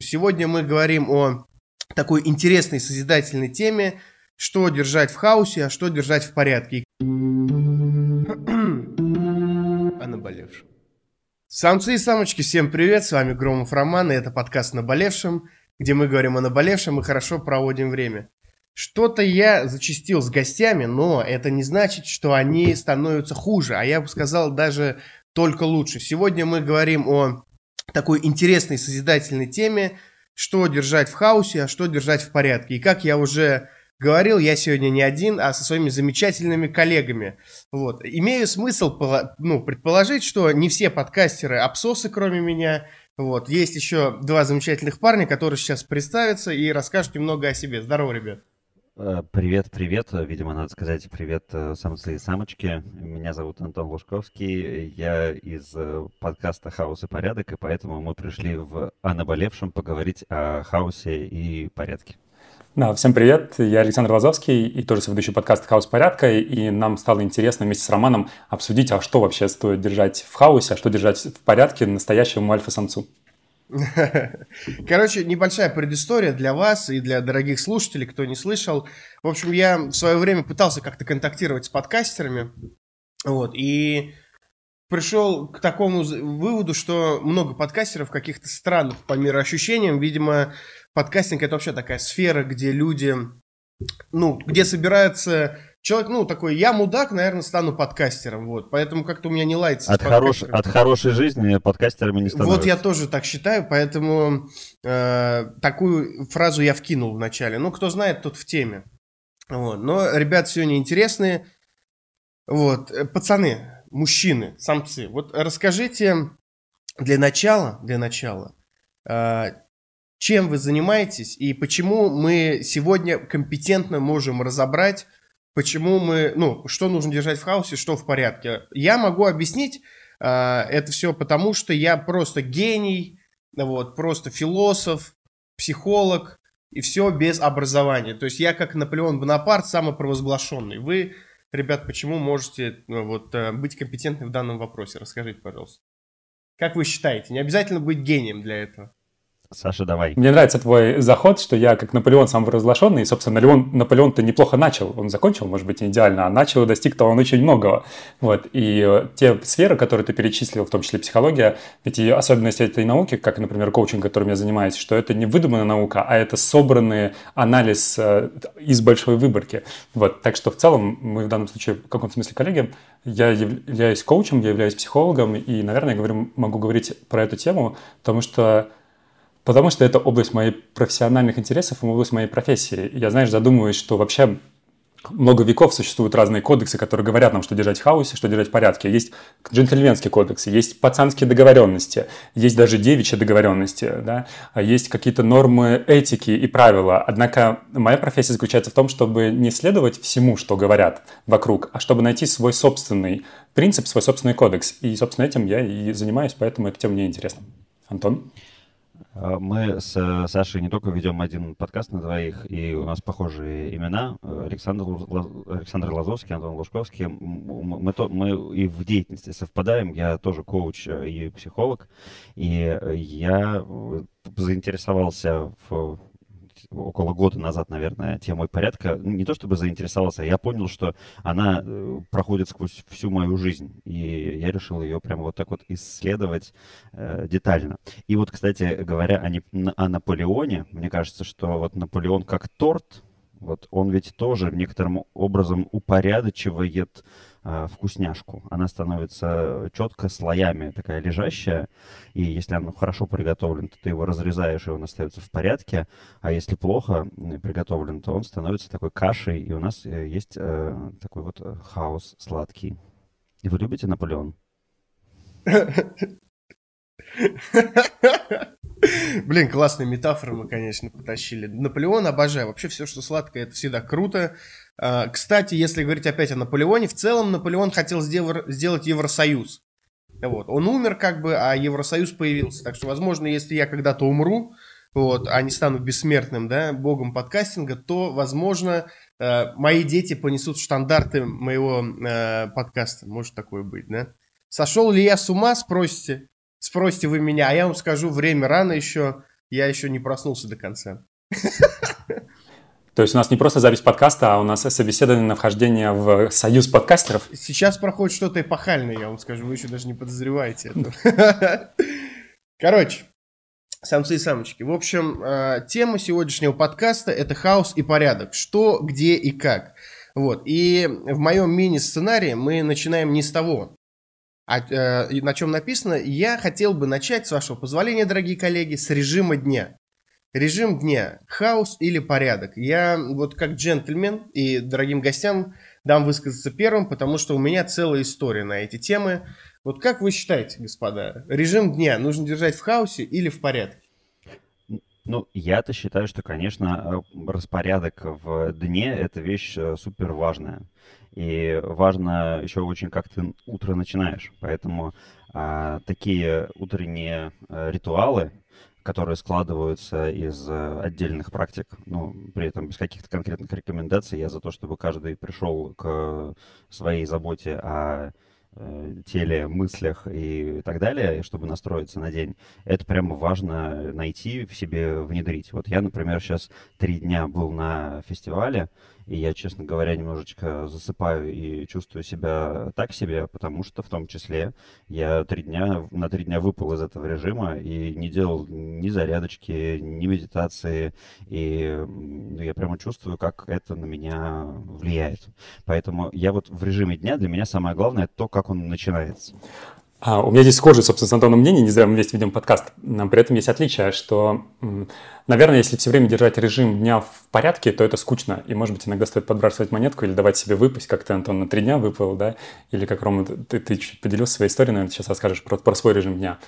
Сегодня мы говорим о такой интересной созидательной теме, что держать в хаосе, а что держать в порядке. О наболевшем. Самцы и самочки, всем привет, с вами Громов Роман, и это подкаст «Наболевшем», где мы говорим о наболевшем и хорошо проводим время. Что-то я зачастил с гостями, но это не значит, что они становятся хуже, а я бы сказал, даже только лучше. Сегодня мы говорим о такой интересной созидательной теме, что держать в хаосе, а что держать в порядке. И как я уже говорил, я сегодня не один, а со своими замечательными коллегами. Вот. Имею смысл предположить, что не все подкастеры абсосы, кроме меня. Вот. Есть еще два замечательных парня, которые сейчас представятся и расскажут немного о себе. Здорово, ребят. Привет. Видимо, надо сказать привет, самцы и самочки. Меня зовут Антон Лужковский. Я из подкаста «Хаос и порядок», и поэтому мы пришли о наболевшем поговорить о хаосе и порядке. Да, всем привет, я Александр Лазовский и тоже соведущий подкаста «Хаос порядка», и нам стало интересно вместе с Романом обсудить, а что вообще стоит держать в хаосе, а что держать в порядке настоящему альфа-самцу. Короче, небольшая предыстория для вас и для дорогих слушателей, кто не слышал. В общем, я в свое время пытался как-то контактировать с подкастерами, вот, и пришел к такому выводу, что много подкастеров каких-то странных по мироощущениям. Видимо, подкастинг — это вообще такая сфера, где люди, где собираются... Человек, такой, я мудак, наверное, стану подкастером, вот, поэтому как-то у меня не ладится. От хорошей жизни подкастерами не становятся. Вот я тоже так считаю, поэтому такую фразу я вкинул в начале. Кто знает, тот в теме. Вот. Но ребят сегодня интересные. Вот, пацаны, мужчины, самцы, вот расскажите для начала, чем вы занимаетесь и почему мы сегодня компетентно можем разобрать, почему мы, что нужно держать в хаосе, что в порядке. Я могу объяснить это все потому, что я просто гений, просто философ, психолог, и все без образования. То есть я как Наполеон Бонапарт, самопровозглашенный. Вы, ребят, почему можете быть компетентны в данном вопросе? Расскажите, пожалуйста. Как вы считаете? Не обязательно быть гением для этого. Саша, давай. Мне нравится твой заход, что я как Наполеон самопровозглашенный, и, собственно, Наполеон-то неплохо начал. Он закончил, может быть, не идеально, а начал и достиг-то он очень многого. Вот. И те сферы, которые ты перечислил, в том числе психология, ведь и особенность этой науки, как, например, коучинг, которым я занимаюсь, что это не выдуманная наука, а это собранный анализ из большой выборки. Вот. Так что в целом мы в данном случае в каком-то смысле коллеги. Я являюсь коучем, я являюсь психологом, и, наверное, могу говорить про эту тему, потому что это область моих профессиональных интересов и область моей профессии. Я, задумываюсь, что вообще много веков существуют разные кодексы, которые говорят нам, что держать в хаосе, что держать в порядке. Есть джентльменские кодексы, есть пацанские договоренности, есть даже девичьи договоренности, да? Есть какие-то нормы этики и правила. Однако моя профессия заключается в том, чтобы не следовать всему, что говорят вокруг, а чтобы найти свой собственный принцип, свой собственный кодекс. И, собственно, этим я и занимаюсь, поэтому эта тема мне интересна. Антон? Мы с Сашей не только ведем один подкаст на двоих, и у нас похожие имена. Александр Лазовский, Антон Лужковский. Мы и в деятельности совпадаем. Я тоже коуч и психолог. И я заинтересовался около года назад, наверное, темой порядка. Не то чтобы заинтересовался, а я понял, что она проходит сквозь всю мою жизнь. И я решил ее прямо вот так вот исследовать детально. И вот, кстати говоря, о Наполеоне, мне кажется, что вот Наполеон как торт, вот он ведь тоже некоторым образом упорядочивает вкусняшку. Она становится четко слоями такая лежащая, и если она хорошо приготовлен, то ты его разрезаешь, и он остается в порядке, а если плохо приготовлен, то он становится такой кашей, и у нас есть такой вот хаос сладкий. И вы любите Наполеон? Блин, классные метафоры мы, конечно, потащили. Наполеон обожаю. Вообще все, что сладкое, это всегда круто. Кстати, если говорить опять о Наполеоне, в целом Наполеон хотел сделать Евросоюз. Вот. Он умер а Евросоюз появился. Так что, возможно, если я когда-то умру, а не стану бессмертным, богом подкастинга, то, возможно, мои дети понесут штандарты моего подкаста. Может такое быть, да? Сошел ли я с ума, спросите вы меня, а я вам скажу, время рано еще. я еще не проснулся до конца. То есть у нас не просто запись подкаста, а у нас собеседование на вхождение в союз подкастеров. Сейчас проходит что-то эпохальное, я вам скажу, вы еще даже не подозреваете этого. Короче, самцы и самочки. В общем, тема сегодняшнего подкаста – это хаос и порядок. Что, где и как. Вот. И в моем мини-сценарии мы начинаем не с того, на чем написано. Я хотел бы начать, с вашего позволения, дорогие коллеги, с режима дня. Режим дня. Хаос или порядок. Я вот как джентльмен и дорогим гостям дам высказаться первым, потому что у меня целая история на эти темы. Вот как вы считаете, господа, режим дня нужно держать в хаосе или в порядке? Ну, я-то считаю, что, конечно, распорядок в дне – это вещь супер важная. И важно еще очень, как ты утро начинаешь. Поэтому такие утренние ритуалы, которые складываются из отдельных практик, ну, при этом без каких-то конкретных рекомендаций. Я за то, чтобы каждый пришел к своей заботе о теле, мыслях и так далее, чтобы настроиться на день. Это прямо важно найти, в себе внедрить. Вот я, например, сейчас 3 дня был на фестивале, и я, честно говоря, немножечко засыпаю и чувствую себя так себе, потому что в том числе я на 3 дня выпал из этого режима и не делал ни зарядочки, ни медитации, и я прямо чувствую, как это на меня влияет. Поэтому я вот в режиме дня, для меня самое главное то, как он начинается. У меня здесь схожее, собственно, с Антоном мнение, не зря мы вместе ведем подкаст. Но при этом есть отличие, что, наверное, если все время держать режим дня в порядке, то это скучно. И, может быть, иногда стоит подбрасывать монетку или давать себе выпасть, как ты, Антон, на 3 дня выпал, да? Или как, Рома, ты чуть поделился своей историей, наверное, сейчас расскажешь про свой режим дня.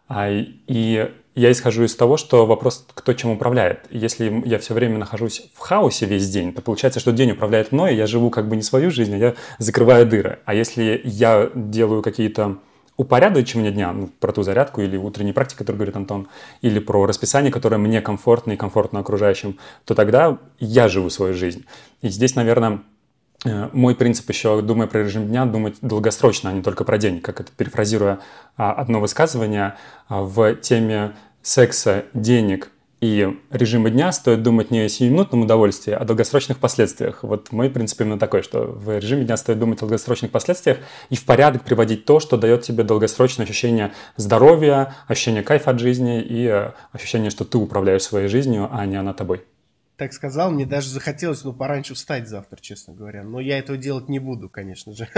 И я исхожу из того, что вопрос, кто чем управляет. Если я все время нахожусь в хаосе весь день, то получается, что день управляет мной, я живу как бы не свою жизнь, а я закрываю дыры. А если я делаю какие-то упорядочивание дня, ну, про ту зарядку или утренние практики, которые говорит Антон, или про расписание, которое мне комфортно и комфортно окружающим, то тогда я живу свою жизнь. И здесь, наверное, мой принцип еще, думая про режим дня, думать долгосрочно, а не только про день. Как это, перефразируя одно высказывание, в теме секса, денег и режима дня стоит думать не о сиюминутном удовольствии, а о долгосрочных последствиях. Вот мой принцип именно такой, что в режиме дня стоит думать о долгосрочных последствиях и в порядок приводить то, что дает тебе долгосрочное ощущение здоровья, ощущение кайфа от жизни и ощущение, что ты управляешь своей жизнью, а не она тобой. Так сказал, мне даже захотелось, пораньше встать завтра, честно говоря. Но я этого делать не буду, конечно же.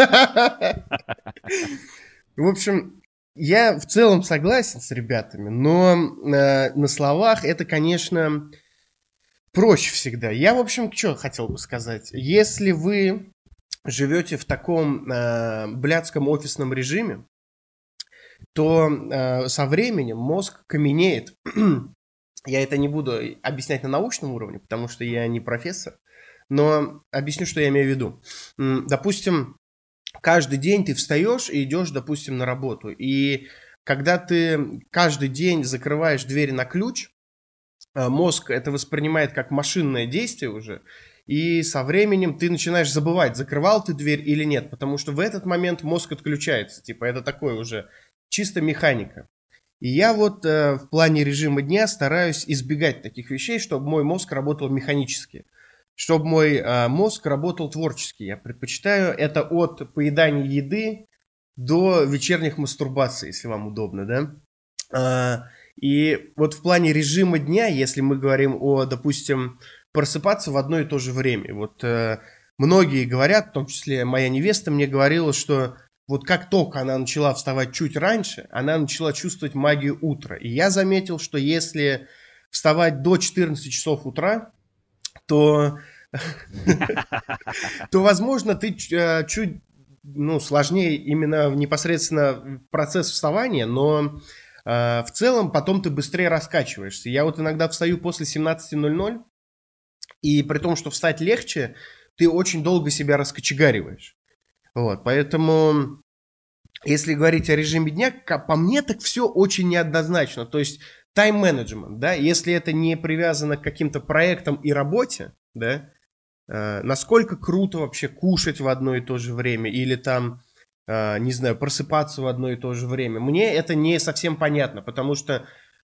В общем, я в целом согласен с ребятами, но на словах это, конечно, проще всегда. Я, в общем, что хотел бы сказать. Если вы живете в таком блядском офисном режиме, то со временем мозг каменеет. Я это не буду объяснять на научном уровне, потому что я не профессор, но объясню, что я имею в виду. Допустим, каждый день ты встаешь и идешь, допустим, на работу. И когда ты каждый день закрываешь двери на ключ, мозг это воспринимает как машинное действие уже. И со временем ты начинаешь забывать, закрывал ты дверь или нет. Потому что в этот момент мозг отключается. Типа это такое уже чисто механика. И я вот в плане режима дня стараюсь избегать таких вещей, чтобы мой мозг работал механически. Чтобы мой мозг работал творчески. Я предпочитаю это от поедания еды до вечерних мастурбаций, если вам удобно, да. И вот в плане режима дня, если мы говорим о, допустим, просыпаться в одно и то же время. Вот многие говорят, в том числе моя невеста мне говорила, что вот как только она начала вставать чуть раньше, она начала чувствовать магию утра. И я заметил, что если вставать до 14 часов утра, то, возможно, ты чуть сложнее именно непосредственно процесс вставания, но в целом потом ты быстрее раскачиваешься. Я вот иногда встаю после 17:00, и при том, что встать легче, ты очень долго себя раскочегариваешь. Вот, поэтому, если говорить о режиме дня, по мне так все очень неоднозначно. То есть тайм-менеджмент, да, если это не привязано к каким-то проектам и работе, да, насколько круто вообще кушать в одно и то же время или там, не знаю, просыпаться в одно и то же время. Мне это не совсем понятно, потому что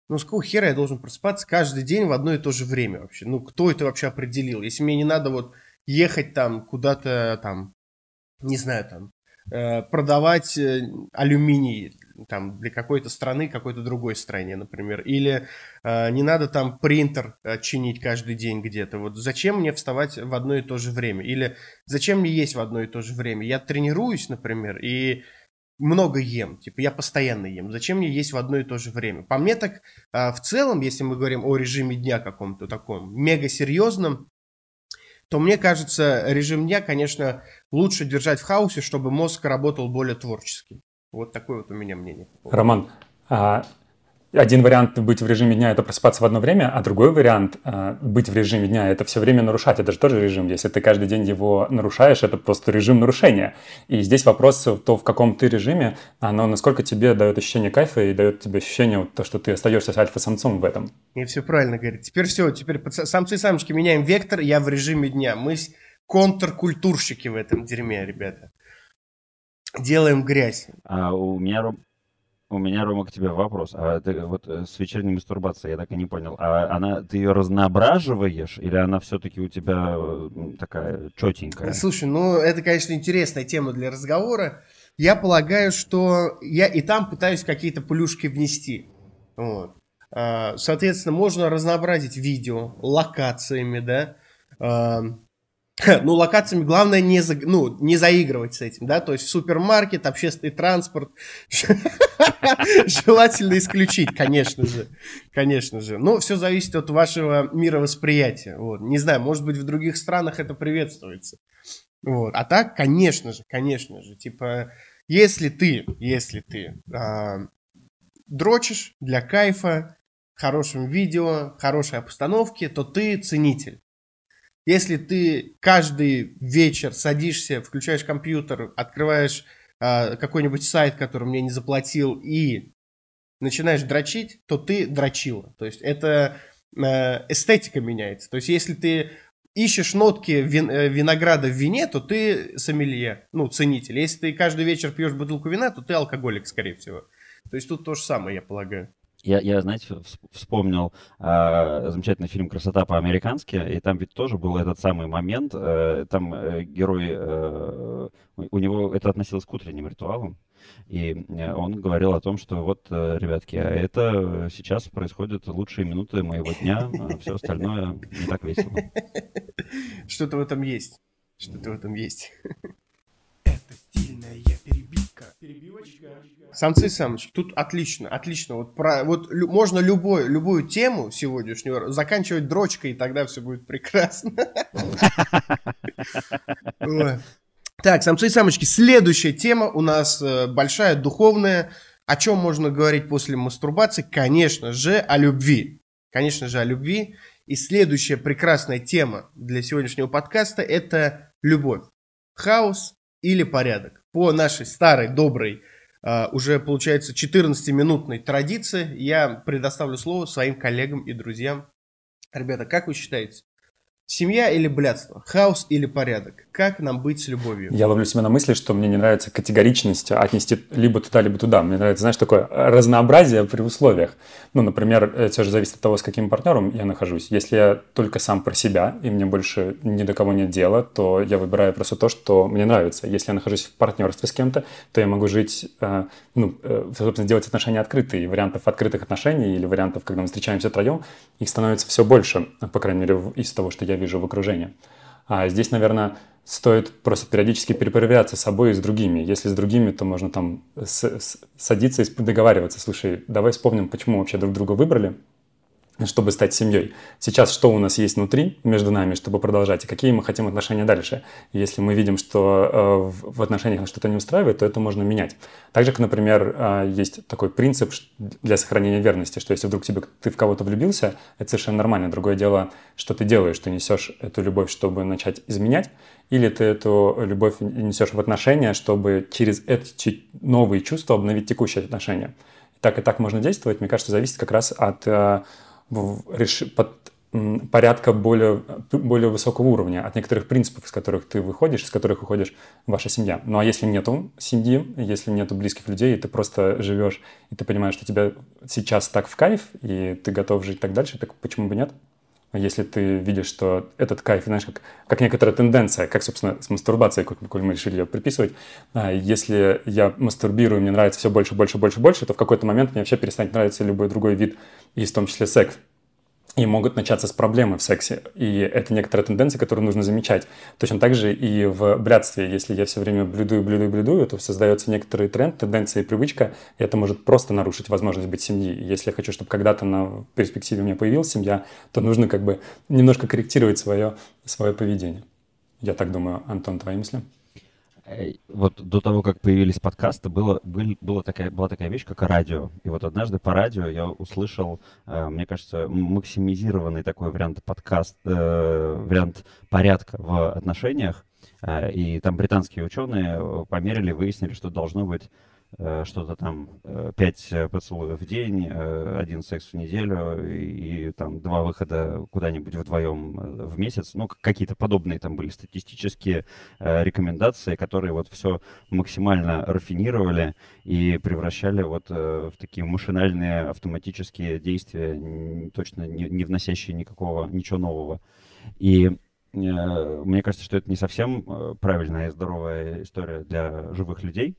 Ну, с какого хера я должен просыпаться каждый день в одно и то же время вообще? Ну, кто это вообще определил? Если мне не надо вот ехать там куда-то там, не знаю, там, продавать алюминий там для какой-то страны, какой-то другой стране, например, или не надо там принтер чинить каждый день где-то. Вот зачем мне вставать в одно и то же время? Или зачем мне есть в одно и то же время? Я тренируюсь, например, и много ем, типа я постоянно ем. Зачем мне есть в одно и то же время? По мне так, в целом, если мы говорим о режиме дня каком-то таком мега серьезном, то мне кажется, режим дня, конечно, лучше держать в хаосе, чтобы мозг работал более творчески. Вот такое вот у меня мнение. Роман, один вариант быть в режиме дня – это просыпаться в одно время, а другой вариант быть в режиме дня – это все время нарушать. Это же тоже режим. Если ты каждый день его нарушаешь, это просто режим нарушения. И здесь вопрос, то в каком ты режиме, оно насколько тебе дает ощущение кайфа и дает тебе ощущение, то, что ты остаешься с альфа-самцом в этом. И все правильно говорит. Теперь все, теперь самцы и самочки меняем вектор, я в режиме дня. Мы контркультурщики в этом дерьме, ребята. Делаем грязь. У меня, Рома, к тебе вопрос. А ты вот с вечерней мастурбацией, я так и не понял. Ты ее разноображиваешь, или она все-таки у тебя такая четенькая? Слушай, ну это, конечно, интересная тема для разговора. Я полагаю, что я и там пытаюсь какие-то плюшки внести. Вот. Соответственно, можно разнообразить видео локациями, да. Ну, локациями главное не заигрывать с этим, да, то есть супермаркет, общественный транспорт желательно исключить, конечно же. Но все зависит от вашего мировосприятия, вот. Не знаю, может быть, в других странах это приветствуется, вот. А так, конечно же, типа, если ты дрочишь для кайфа, хорошим видео, хорошей обстановке, то ты ценитель. Если ты каждый вечер садишься, включаешь компьютер, открываешь какой-нибудь сайт, который мне не заплатил, и начинаешь дрочить, то ты дрочила. То есть это эстетика меняется. То есть если ты ищешь нотки винограда в вине, то ты сомелье, ну, ценитель. Если ты каждый вечер пьешь бутылку вина, то ты алкоголик, скорее всего. То есть тут то же самое, я полагаю. Я, знаете, вспомнил замечательный фильм «Красота по-американски», и там ведь тоже был этот самый момент, там герой, у него это относилось к утренним ритуалам, и он говорил о том, что вот, ребятки, а это сейчас происходят лучшие минуты моего дня, а все остальное не так весело. Что-то в этом есть. Это стильная перебивка. Перебивочка. Самцы и самочки. Тут отлично. Вот можно любую тему сегодняшнюю заканчивать дрочкой, и тогда все будет прекрасно. Так, самцы и самочки. Следующая тема у нас большая, духовная. О чем можно говорить после мастурбации? Конечно же, о любви. И следующая прекрасная тема для сегодняшнего подкаста – это любовь. Хаос или порядок. По нашей старой, доброй, уже, получается, 14-минутной традиции я предоставлю слово своим коллегам и друзьям. Ребята, как вы считаете? Семья или блядство? Хаос или порядок? Как нам быть с любовью? Я ловлю себя на мысли, что мне не нравится категоричность отнести либо туда, либо туда. Мне нравится, знаешь, такое разнообразие при условиях. Ну, например, это же зависит от того, с каким партнером я нахожусь. Если я только сам про себя, и мне больше ни до кого нет дела, то я выбираю просто то, что мне нравится. Если я нахожусь в партнерстве с кем-то, то я могу жить, собственно, делать отношения открытые. И вариантов открытых отношений или вариантов, когда мы встречаемся втроем, их становится все больше, по крайней мере, из того, что я вижу в окружении. А здесь, наверное, стоит просто периодически перепроверяться с собой и с другими. Если с другими, то можно там садиться и договариваться. Слушай, давай вспомним, почему вообще друг друга выбрали, чтобы стать семьей. Сейчас что у нас есть внутри, между нами, чтобы продолжать, и какие мы хотим отношения дальше. Если мы видим, что в отношениях нас что-то не устраивает, то это можно менять. Также, например, есть такой принцип для сохранения верности, что если вдруг ты в кого-то влюбился, это совершенно нормально. Другое дело, что ты делаешь, ты несешь эту любовь, чтобы начать изменять, или ты эту любовь несешь в отношения, чтобы через эти новые чувства обновить текущие отношения. И так можно действовать. Мне кажется, зависит как раз от порядка более высокого уровня, от некоторых принципов, из которых ты выходишь, из которых выходишь ваша семья. Ну а если нету семьи, если нету близких людей, и ты просто живешь, и ты понимаешь, что тебе сейчас так в кайф, и ты готов жить так дальше, так почему бы нет? Если ты видишь, что этот кайф, знаешь, как некоторая тенденция, как, собственно, с мастурбацией, коль мы решили ее приписывать, если я мастурбирую, мне нравится все больше, больше, больше, больше, то в какой-то момент мне вообще перестанет нравиться любой другой вид, и в том числе секс. И могут начаться с проблемы в сексе. И это некоторая тенденция, которую нужно замечать. Точно так же и в блядстве. Если я все время блюдую, то создается некоторый тренд, тенденция и привычка, и это может просто нарушить возможность быть семьей. И если я хочу, чтобы когда-то на перспективе у меня появилась семья, то нужно как бы немножко корректировать свое поведение. Я так думаю. Антон, твои мысли? Вот до того, как появились подкасты, была такая вещь, как радио. И вот однажды по радио я услышал, мне кажется, максимизированный такой вариант вариант порядка в отношениях. И там британские ученые померили, выяснили, что должно быть что-то там 5 поцелуев в день, 1 секс в неделю и там 2 выхода куда-нибудь вдвоем в месяц. Ну, какие-то подобные там были статистические рекомендации, которые вот все максимально рафинировали и превращали вот в такие машинальные автоматические действия, точно не вносящие ничего нового. И мне кажется, что это не совсем правильная и здоровая история для живых людей,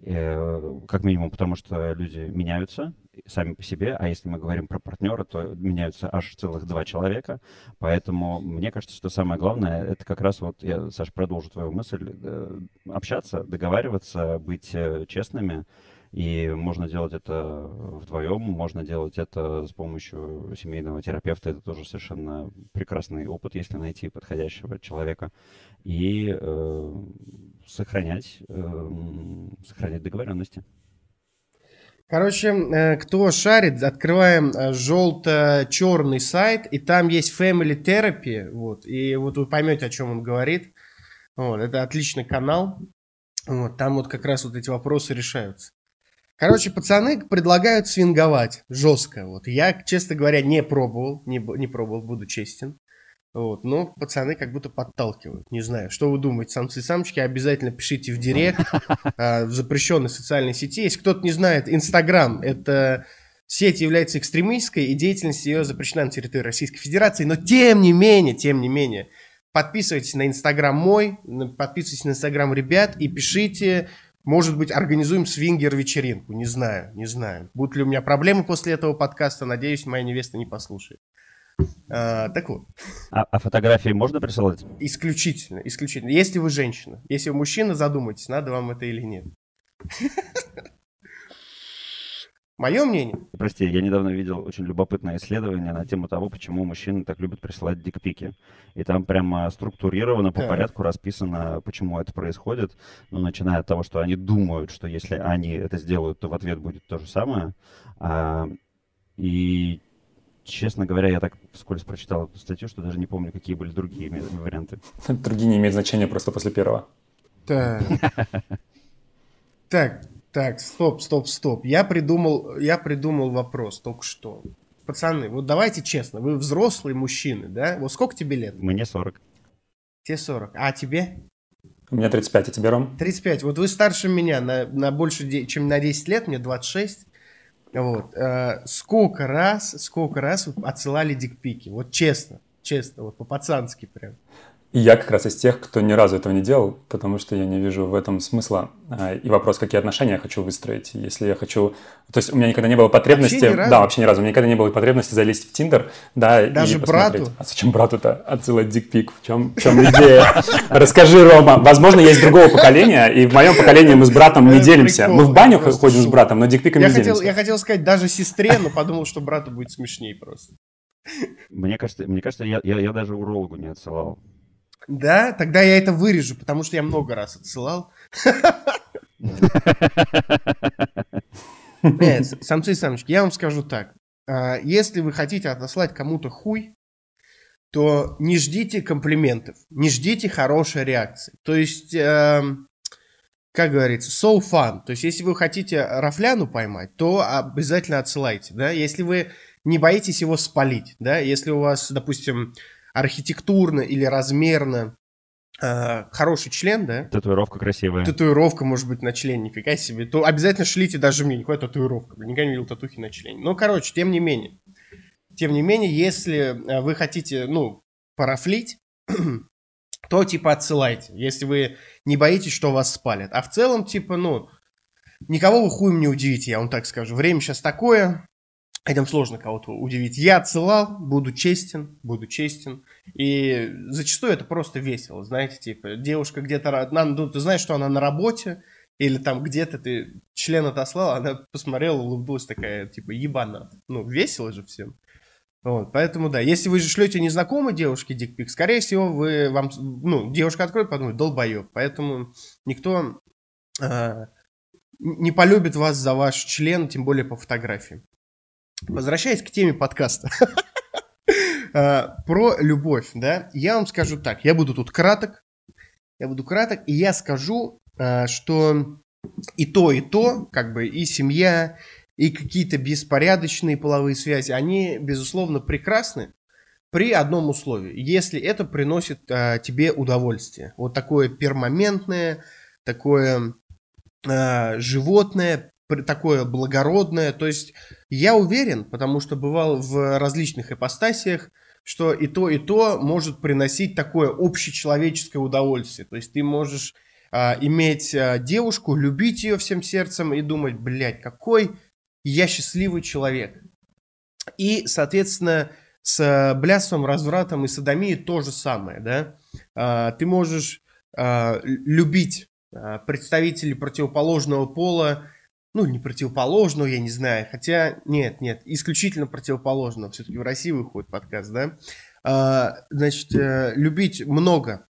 как минимум потому, что люди меняются сами по себе, а если мы говорим про партнера, то меняются аж целых 2 человека, поэтому мне кажется, что самое главное, это как раз вот, я, Саша, продолжу твою мысль, общаться, договариваться, быть честными. И можно делать это вдвоем, можно делать это с помощью семейного терапевта. Это тоже совершенно прекрасный опыт, если найти подходящего человека. И сохранять договоренности. Короче, кто шарит, открываем желто-черный сайт, и там есть Family Therapy, вот, и вот вы поймете, о чем он говорит. Вот, это отличный канал, вот, там вот как раз вот эти вопросы решаются. Короче, пацаны предлагают свинговать жестко. Вот. Я, честно говоря, не пробовал, буду честен. Вот. Но пацаны как будто подталкивают. Не знаю, что вы думаете, самцы и самочки, обязательно пишите в директ, в запрещенной социальной сети. Если кто-то не знает, Инстаграм – это сеть является экстремистской, и деятельность ее запрещена на территории Российской Федерации. Но тем не менее, подписывайтесь на Инстаграм мой, подписывайтесь на Инстаграм ребят и пишите. Может быть, организуем свингер-вечеринку. Не знаю. Будут ли у меня проблемы после этого подкаста. Надеюсь, моя невеста не послушает. Так вот. А фотографии можно присылать? Исключительно. Если вы женщина. Если вы мужчина, задумайтесь, надо вам это или нет. Мое мнение. Прости, я недавно видел очень любопытное исследование на тему того, почему мужчины так любят присылать дикпики. И там прямо структурировано, по порядку расписано, почему это происходит. Ну, начиная от того, что они думают, что если они это сделают, то в ответ будет то же самое. И, честно говоря, я так вскользь прочитал эту статью, что даже не помню, какие были другие варианты. Другие не имеют значения просто после первого. Так, стоп. Я придумал вопрос только что. Пацаны, вот давайте честно, вы взрослые мужчины, да? Вот сколько тебе лет? Мне 40. Тебе 40. А тебе? У меня 35, а тебе, Ром? 35. Вот вы старше меня на больше, чем на 10 лет, мне 26. Вот. Сколько раз вы отсылали дикпики? Вот честно, вот по-пацански прям. И я как раз из тех, кто ни разу этого не делал, потому что я не вижу в этом смысла. И вопрос, какие отношения я хочу выстроить. Если я хочу... То есть у меня никогда не было потребности... Вообще ни разу. У меня никогда не было потребности залезть в Тиндер, да, даже и посмотреть. Брату? А зачем брату-то отсылать дикпик? В чем идея? Расскажи, Рома. Возможно, я из другого поколения, и в моем поколении мы с братом не делимся. Мы в баню ходим с братом, но дикпиками не делимся. Я хотел сказать даже сестре, но подумал, что брату будет смешнее просто. Мне кажется, я даже урологу не отсылал. Да? Тогда я это вырежу, потому что я много раз отсылал. Самцы и самочки, я вам скажу так. Если вы хотите отослать кому-то хуй, то не ждите комплиментов, не ждите хорошей реакции. То есть, как говорится, so fun. То есть, если вы хотите рафляну поймать, то обязательно отсылайте. Да? Если вы не боитесь его спалить, да, если у вас, допустим, архитектурно или размерно хороший член, да, Татуировка красивая. татуировка может быть на члене, нифига себе, то обязательно шлите даже мне, никакая татуировка, никогда не видел татухи на члене. Ну, короче, тем не менее, если вы хотите, ну, парафлить, то, типа, отсылайте, если вы не боитесь, что вас спалят. А в целом, типа, ну, никого вы хуем не удивите, я вам так скажу. Время сейчас такое, этим сложно кого-то удивить. Я отсылал, буду честен. И зачастую это просто весело, знаете, типа, девушка где-то, ну, ты знаешь, что она на работе, или там где-то ты член отослал, она посмотрела, улыбнулась такая, типа, ебана. Ну, весело же всем. Вот, поэтому, да, если вы же шлете незнакомой девушке дикпик, скорее всего, девушка откроет, подумает, долбоеб. Поэтому никто не полюбит вас за ваш член, тем более по фотографии. Возвращаясь к теме подкаста. Про любовь, да, я вам скажу так, я буду тут краток, и я скажу, что и то, как бы, и семья, и какие-то беспорядочные половые связи, они, безусловно, прекрасны при одном условии, если это приносит тебе удовольствие. Вот такое пермоментное, такое животное, такое благородное. То есть я уверен, потому что бывал в различных ипостасиях, что и то может приносить такое общечеловеческое удовольствие. То есть ты можешь иметь девушку, любить ее всем сердцем и думать, блядь, какой я счастливый человек. И, соответственно, с блядством, развратом и содомией то же самое, да. Ты можешь любить представителей противоположного пола, ну, не противоположного, я не знаю, хотя, нет, исключительно противоположного, все-таки в России выходит подкаст, да, значит, любить много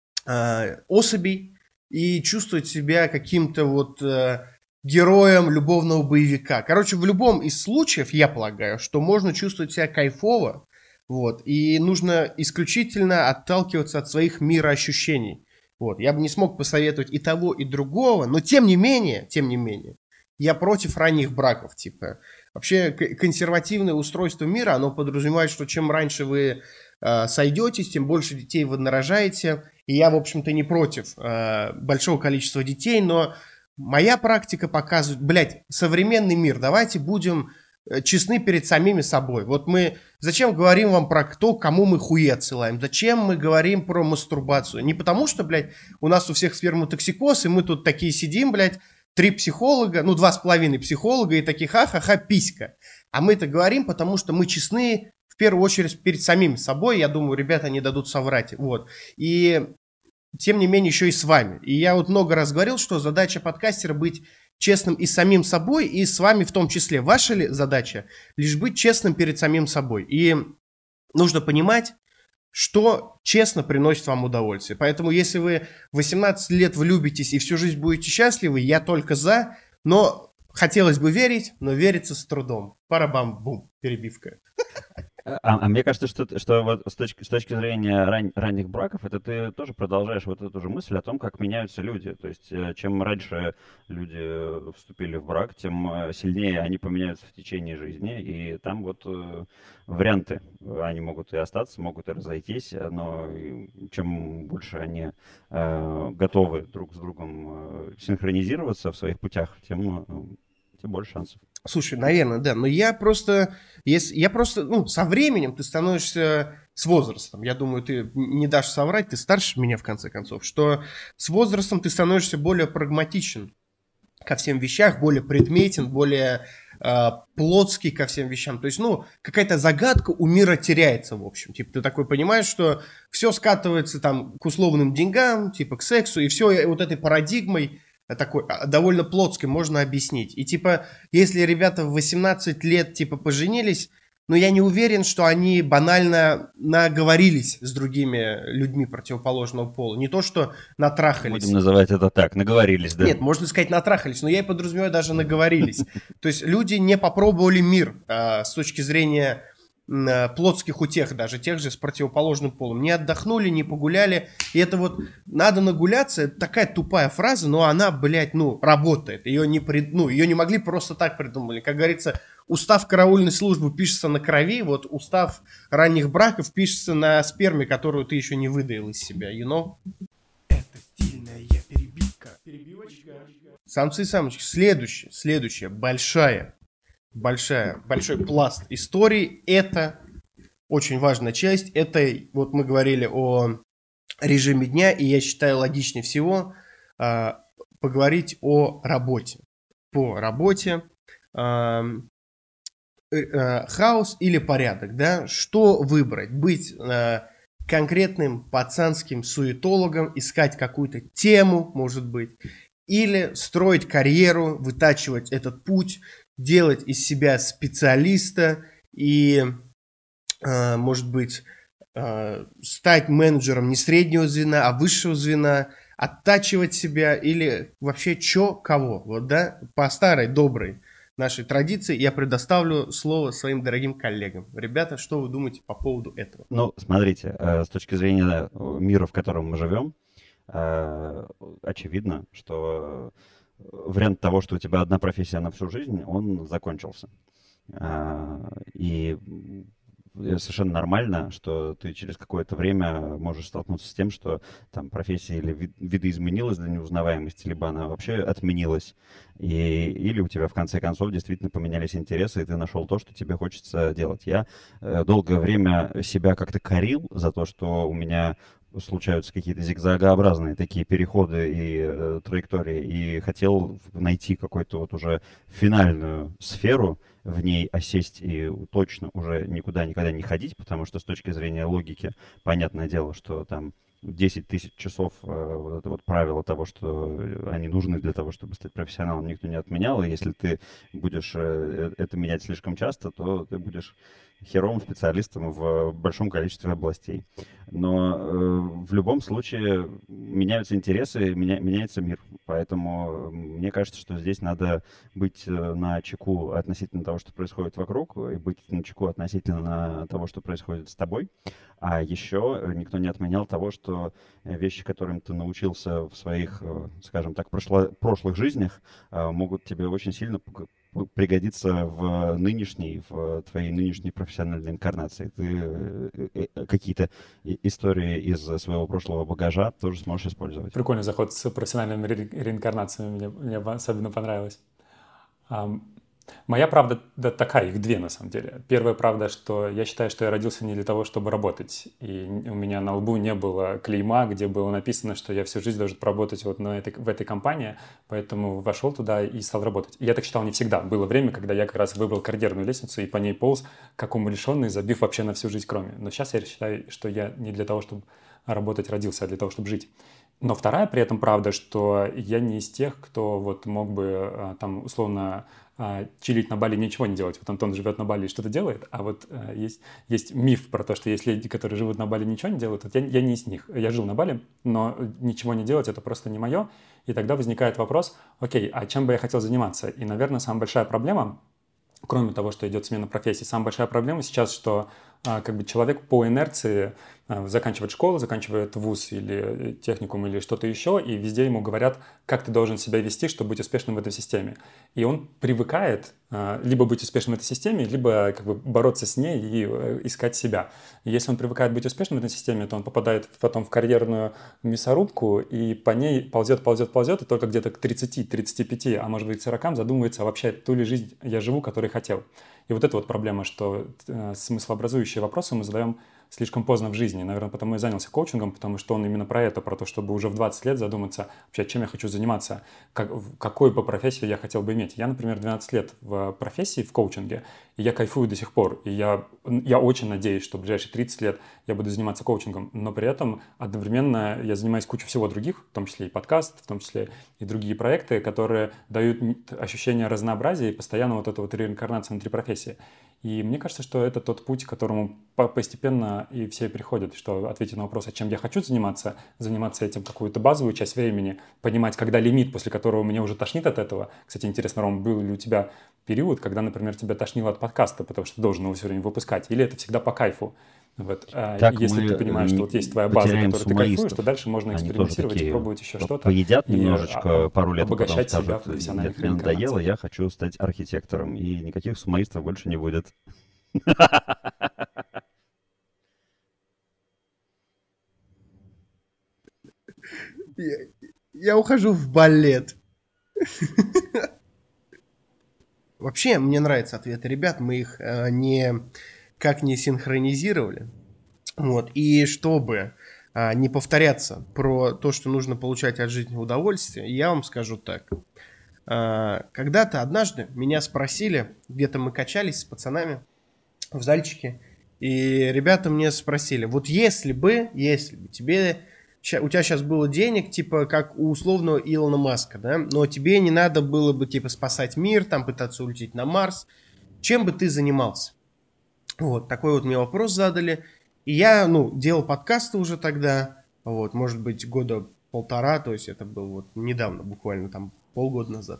особей и чувствовать себя каким-то вот героем любовного боевика. Короче, в любом из случаев, я полагаю, что можно чувствовать себя кайфово, вот, и нужно исключительно отталкиваться от своих мироощущений. Вот, я бы не смог посоветовать и того, и другого, но тем не менее, я против ранних браков, типа. Вообще, консервативное устройство мира, оно подразумевает, что чем раньше вы сойдетесь, тем больше детей вы нарожаете. И я, в общем-то, не против большого количества детей, но моя практика показывает, блядь, современный мир, давайте будем честны перед самими собой. Вот мы зачем говорим вам про то, кому мы хуи отсылаем? Зачем мы говорим про мастурбацию? Не потому что, блядь, у нас у всех сперматоксикоз, и мы тут такие сидим, блядь, 3 психолога, 2,5 психолога и такие ха-ха-ха, писька. А мы это говорим, потому что мы честны в первую очередь перед самим собой. Я думаю, ребята не дадут соврать. Вот. И тем не менее еще и с вами. И я вот много раз говорил, что задача подкастера быть честным и с самим собой, и с вами в том числе. Ваша ли задача лишь быть честным перед самим собой. И нужно понимать, что честно приносит вам удовольствие. Поэтому, если вы 18 лет влюбитесь и всю жизнь будете счастливы, я только за, но хотелось бы верить, но верится с трудом. Парабам-бум, перебивка. А мне кажется, что вот с точки зрения ранних браков, это ты тоже продолжаешь вот эту же мысль о том, как меняются люди. То есть, чем раньше люди вступили в брак, тем сильнее они поменяются в течение жизни. И там вот варианты. Они могут и остаться, могут и разойтись, но чем больше они готовы друг с другом синхронизироваться в своих путях, тем больше шансов. Слушай, наверное, да, но я просто, со временем ты становишься с возрастом, я думаю, ты не дашь соврать, ты старше меня в конце концов, что с возрастом ты становишься более прагматичен ко всем вещам, более предметен, более плотский ко всем вещам, то есть, какая-то загадка у мира теряется, в общем, типа, ты такой понимаешь, что все скатывается там к условным деньгам, типа, к сексу, и все вот этой парадигмой такой довольно плотской можно объяснить. И типа, если ребята в 18 лет типа поженились, я не уверен, что они банально наговорились с другими людьми противоположного пола. Не то, что натрахались. Будем называть это так, наговорились, да? Нет, можно сказать натрахались, но я и подразумеваю даже наговорились. То есть люди не попробовали мир с точки зрения плотских утех, даже тех же с противоположным полом. Не отдохнули, не погуляли. И это вот надо нагуляться. Это такая тупая фраза, но она, блядь, работает. Ее не могли просто так придумали. Как говорится, устав караульной службы пишется на крови, вот устав ранних браков пишется на сперме, которую ты еще не выдаил из себя, you know? Это стильная перебивка. Перебивочка. Самцы и самочки. Следующая большой пласт истории. Это очень важная часть. Это, вот мы говорили о режиме дня, и я считаю логичнее всего поговорить о работе. По работе. Хаос или порядок, да? Что выбрать? Быть конкретным пацанским суетологом, искать какую-то тему, может быть, или строить карьеру, вытачивать этот путь, делать из себя специалиста и, может быть, стать менеджером не среднего звена, а высшего звена, оттачивать себя или вообще кого. Вот, да, по старой доброй нашей традиции я предоставлю слово своим дорогим коллегам. Ребята, что вы думаете по поводу этого? Ну, смотрите, с точки зрения мира, в котором мы живем, очевидно, что вариант того, что у тебя одна профессия на всю жизнь, он закончился. И совершенно нормально, что ты через какое-то время можешь столкнуться с тем, что там профессия или видоизменилась до неузнаваемости, либо она вообще отменилась, или у тебя в конце концов действительно поменялись интересы, и ты нашел то, что тебе хочется делать. Я долгое время себя как-то корил за то, что у меня случаются какие-то зигзагообразные такие переходы и траектории, и хотел найти какую-то вот уже финальную сферу, в ней осесть и точно уже никуда никогда не ходить, потому что с точки зрения логики, понятное дело, что там 10 тысяч часов, вот это вот правило того, что они нужны для того, чтобы стать профессионалом, никто не отменял, и если ты будешь это менять слишком часто, то ты будешь херовым специалистом в большом количестве областей. Но в любом случае меняются интересы, меняется мир. Поэтому мне кажется, что здесь надо быть на чеку относительно того, что происходит вокруг, и быть на чеку относительно того, что происходит с тобой. А еще никто не отменял того, что вещи, которым ты научился в своих, скажем так, прошлых жизнях, могут тебе очень сильно пригодится в твоей нынешней профессиональной инкарнации. Ты какие-то истории из своего прошлого багажа тоже сможешь использовать. Прикольный заход с профессиональными реинкарнациями, мне особенно понравилось. Моя правда такая, их две на самом деле. Первая правда, что я считаю, что я родился не для того, чтобы работать. И у меня на лбу не было клейма, где было написано, что я всю жизнь должен поработать вот в этой компании, поэтому вошел туда и стал работать. И я так считал не всегда. Было время, когда я как раз выбрал карьерную лестницу и по ней полз, как умалишенный, забив вообще на всю жизнь кроме. Но сейчас я считаю, что я не для того, чтобы работать родился, а для того, чтобы жить. Но вторая при этом правда, что я не из тех, кто вот мог бы там условно чилить на Бали, ничего не делать. Вот Антон живет на Бали и что-то делает, а вот есть миф про то, что есть люди, которые живут на Бали, ничего не делают. Вот я не из них. Я жил на Бали, но ничего не делать — это просто не мое. И тогда возникает вопрос, окей, а чем бы я хотел заниматься? И, наверное, самая большая проблема, кроме того, что идет смена профессии, самая большая проблема сейчас, что как бы человек по инерции заканчивает школу, заканчивает вуз или техникум или что-то еще, и везде ему говорят, как ты должен себя вести, чтобы быть успешным в этой системе. И он привыкает либо быть успешным в этой системе, либо как бы бороться с ней и искать себя. И если он привыкает быть успешным в этой системе, то он попадает потом в карьерную мясорубку и по ней ползет, и только где-то к 30, 35, а может быть 40 задумывается, а вообще ту ли жизнь я живу, которой хотел. И вот это вот проблема, что смыслообразующие вопросы мы задаем слишком поздно в жизни. Наверное, потому и занялся коучингом, потому что он именно про это, про то, чтобы уже в 20 лет задуматься, вообще, чем я хочу заниматься, какой бы профессию я хотел бы иметь. Я, например, 12 лет в профессии, в коучинге, и я кайфую до сих пор. И я очень надеюсь, что в ближайшие 30 лет я буду заниматься коучингом, но при этом одновременно я занимаюсь кучей всего других, в том числе и подкаст, в том числе и другие проекты, которые дают ощущение разнообразия и постоянно вот эту вот реинкарнацию внутри профессии. И мне кажется, что это тот путь, к которому постепенно и все приходят, что ответить на вопрос, а чем я хочу заниматься этим какую-то базовую часть времени, понимать, когда лимит, после которого меня уже тошнит от этого. Кстати, интересно, Ром, был ли у тебя период, когда, например, тебя тошнило от подкаста, потому что ты должен его все время выпускать, или это всегда по кайфу? Вот. Так Если ты мы понимаешь, что вот есть твоя база, потеряем которой ты кайфуешь, сумоистов. то дальше можно Они тоже экспериментировать и такие пробовать еще что-то поедят и немножечко пару лет, а потом обогащать себя в скажут, профессиональных нет, мне надоело, реинкарнациях. я хочу стать архитектором, и никаких сумоистов больше не будет. Я, я ухожу в балет. Вообще, мне нравятся ответы ребят, мы их не синхронизировали. Вот. И чтобы не повторяться про то, что нужно получать от жизни удовольствие, я вам скажу так. Когда-то однажды меня спросили, где-то мы качались с пацанами в зальчике, и ребята мне спросили, вот если бы у тебя сейчас было денег, типа как у условного Илона Маска, да, но тебе не надо было бы типа спасать мир, там пытаться улететь на Марс, чем бы ты занимался? Вот, такой вот мне вопрос задали. И я, делал подкасты уже тогда, вот, может быть, года полтора, то есть это было вот недавно, буквально там полгода назад.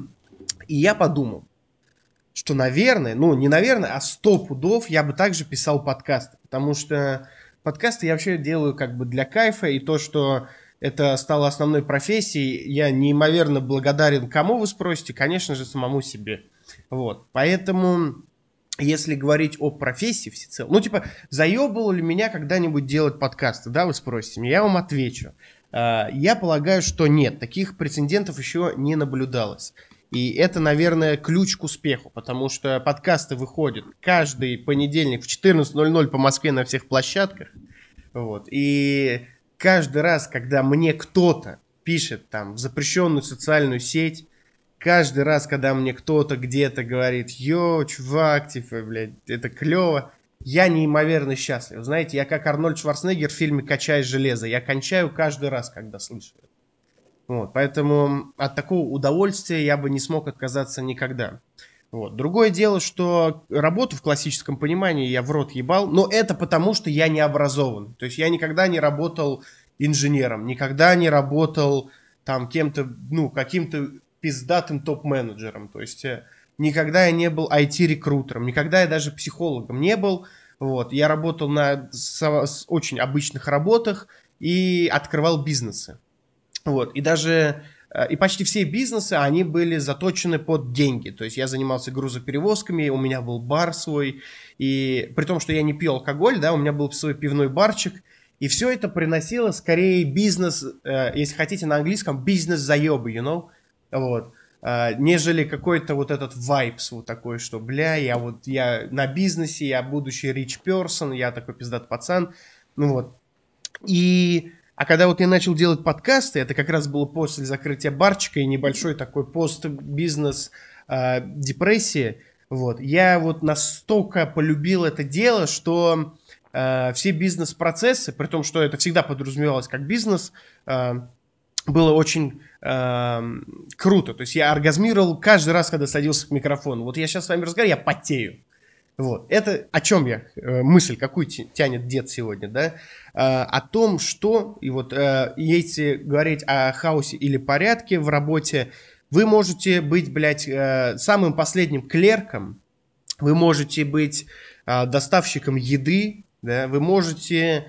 И я подумал, что, наверное, не наверное, а 100 пудов я бы также писал подкасты, потому что подкасты я вообще делаю как бы для кайфа, и то, что это стало основной профессией, я неимоверно благодарен, кому вы спросите, конечно же, самому себе. Вот, поэтому... Если говорить о профессии всецелом, заебало ли меня когда-нибудь делать подкасты, да, вы спросите меня, я вам отвечу. Я полагаю, что нет, таких прецедентов еще не наблюдалось. И это, наверное, ключ к успеху, потому что подкасты выходят каждый понедельник в 14:00 по Москве на всех площадках. Вот, и каждый раз, когда мне кто-то пишет там в запрещенную социальную сеть, каждый раз, когда мне кто-то где-то говорит, йоу, чувак, типа, блядь, это клево, я неимоверно счастлив. Знаете, я как Арнольд Шварценеггер в фильме «Качай железо». Я кончаю каждый раз, когда слышу это. Вот, поэтому от такого удовольствия я бы не смог отказаться никогда. Вот. Другое дело, что работу в классическом понимании я в рот ебал, но это потому, что я не образован. То есть я никогда не работал инженером, никогда не работал там кем-то, каким-то пиздатым топ-менеджером. То есть никогда я не был IT-рекрутером, никогда я даже психологом не был. Вот. Я работал на очень обычных работах и открывал бизнесы. Вот. И почти все бизнесы, они были заточены под деньги. То есть я занимался грузоперевозками, у меня был бар свой. И при том, что я не пил алкоголь, да, у меня был свой пивной барчик. И все это приносило скорее бизнес, если хотите на английском, бизнес-заебы, you know? Вот. Нежели какой-то вот этот вайбс вот такой, что, бля, я на бизнесе, я будущий rich person, я такой пиздат пацан. Вот. А когда вот я начал делать подкасты, это как раз было после закрытия барчика и небольшой такой пост-бизнес депрессии. Вот. Я вот настолько полюбил это дело, что все бизнес-процессы, при том, что это всегда подразумевалось как бизнес, было очень круто. То есть я оргазмировал каждый раз, когда садился к микрофону. Вот я сейчас с вами разговариваю, я потею. Вот. Это о чем я? Мысль какую тянет дед сегодня, да? О том, что, и вот если говорить о хаосе или порядке в работе, вы можете быть, блядь, самым последним клерком, вы можете быть доставщиком еды, да? Вы можете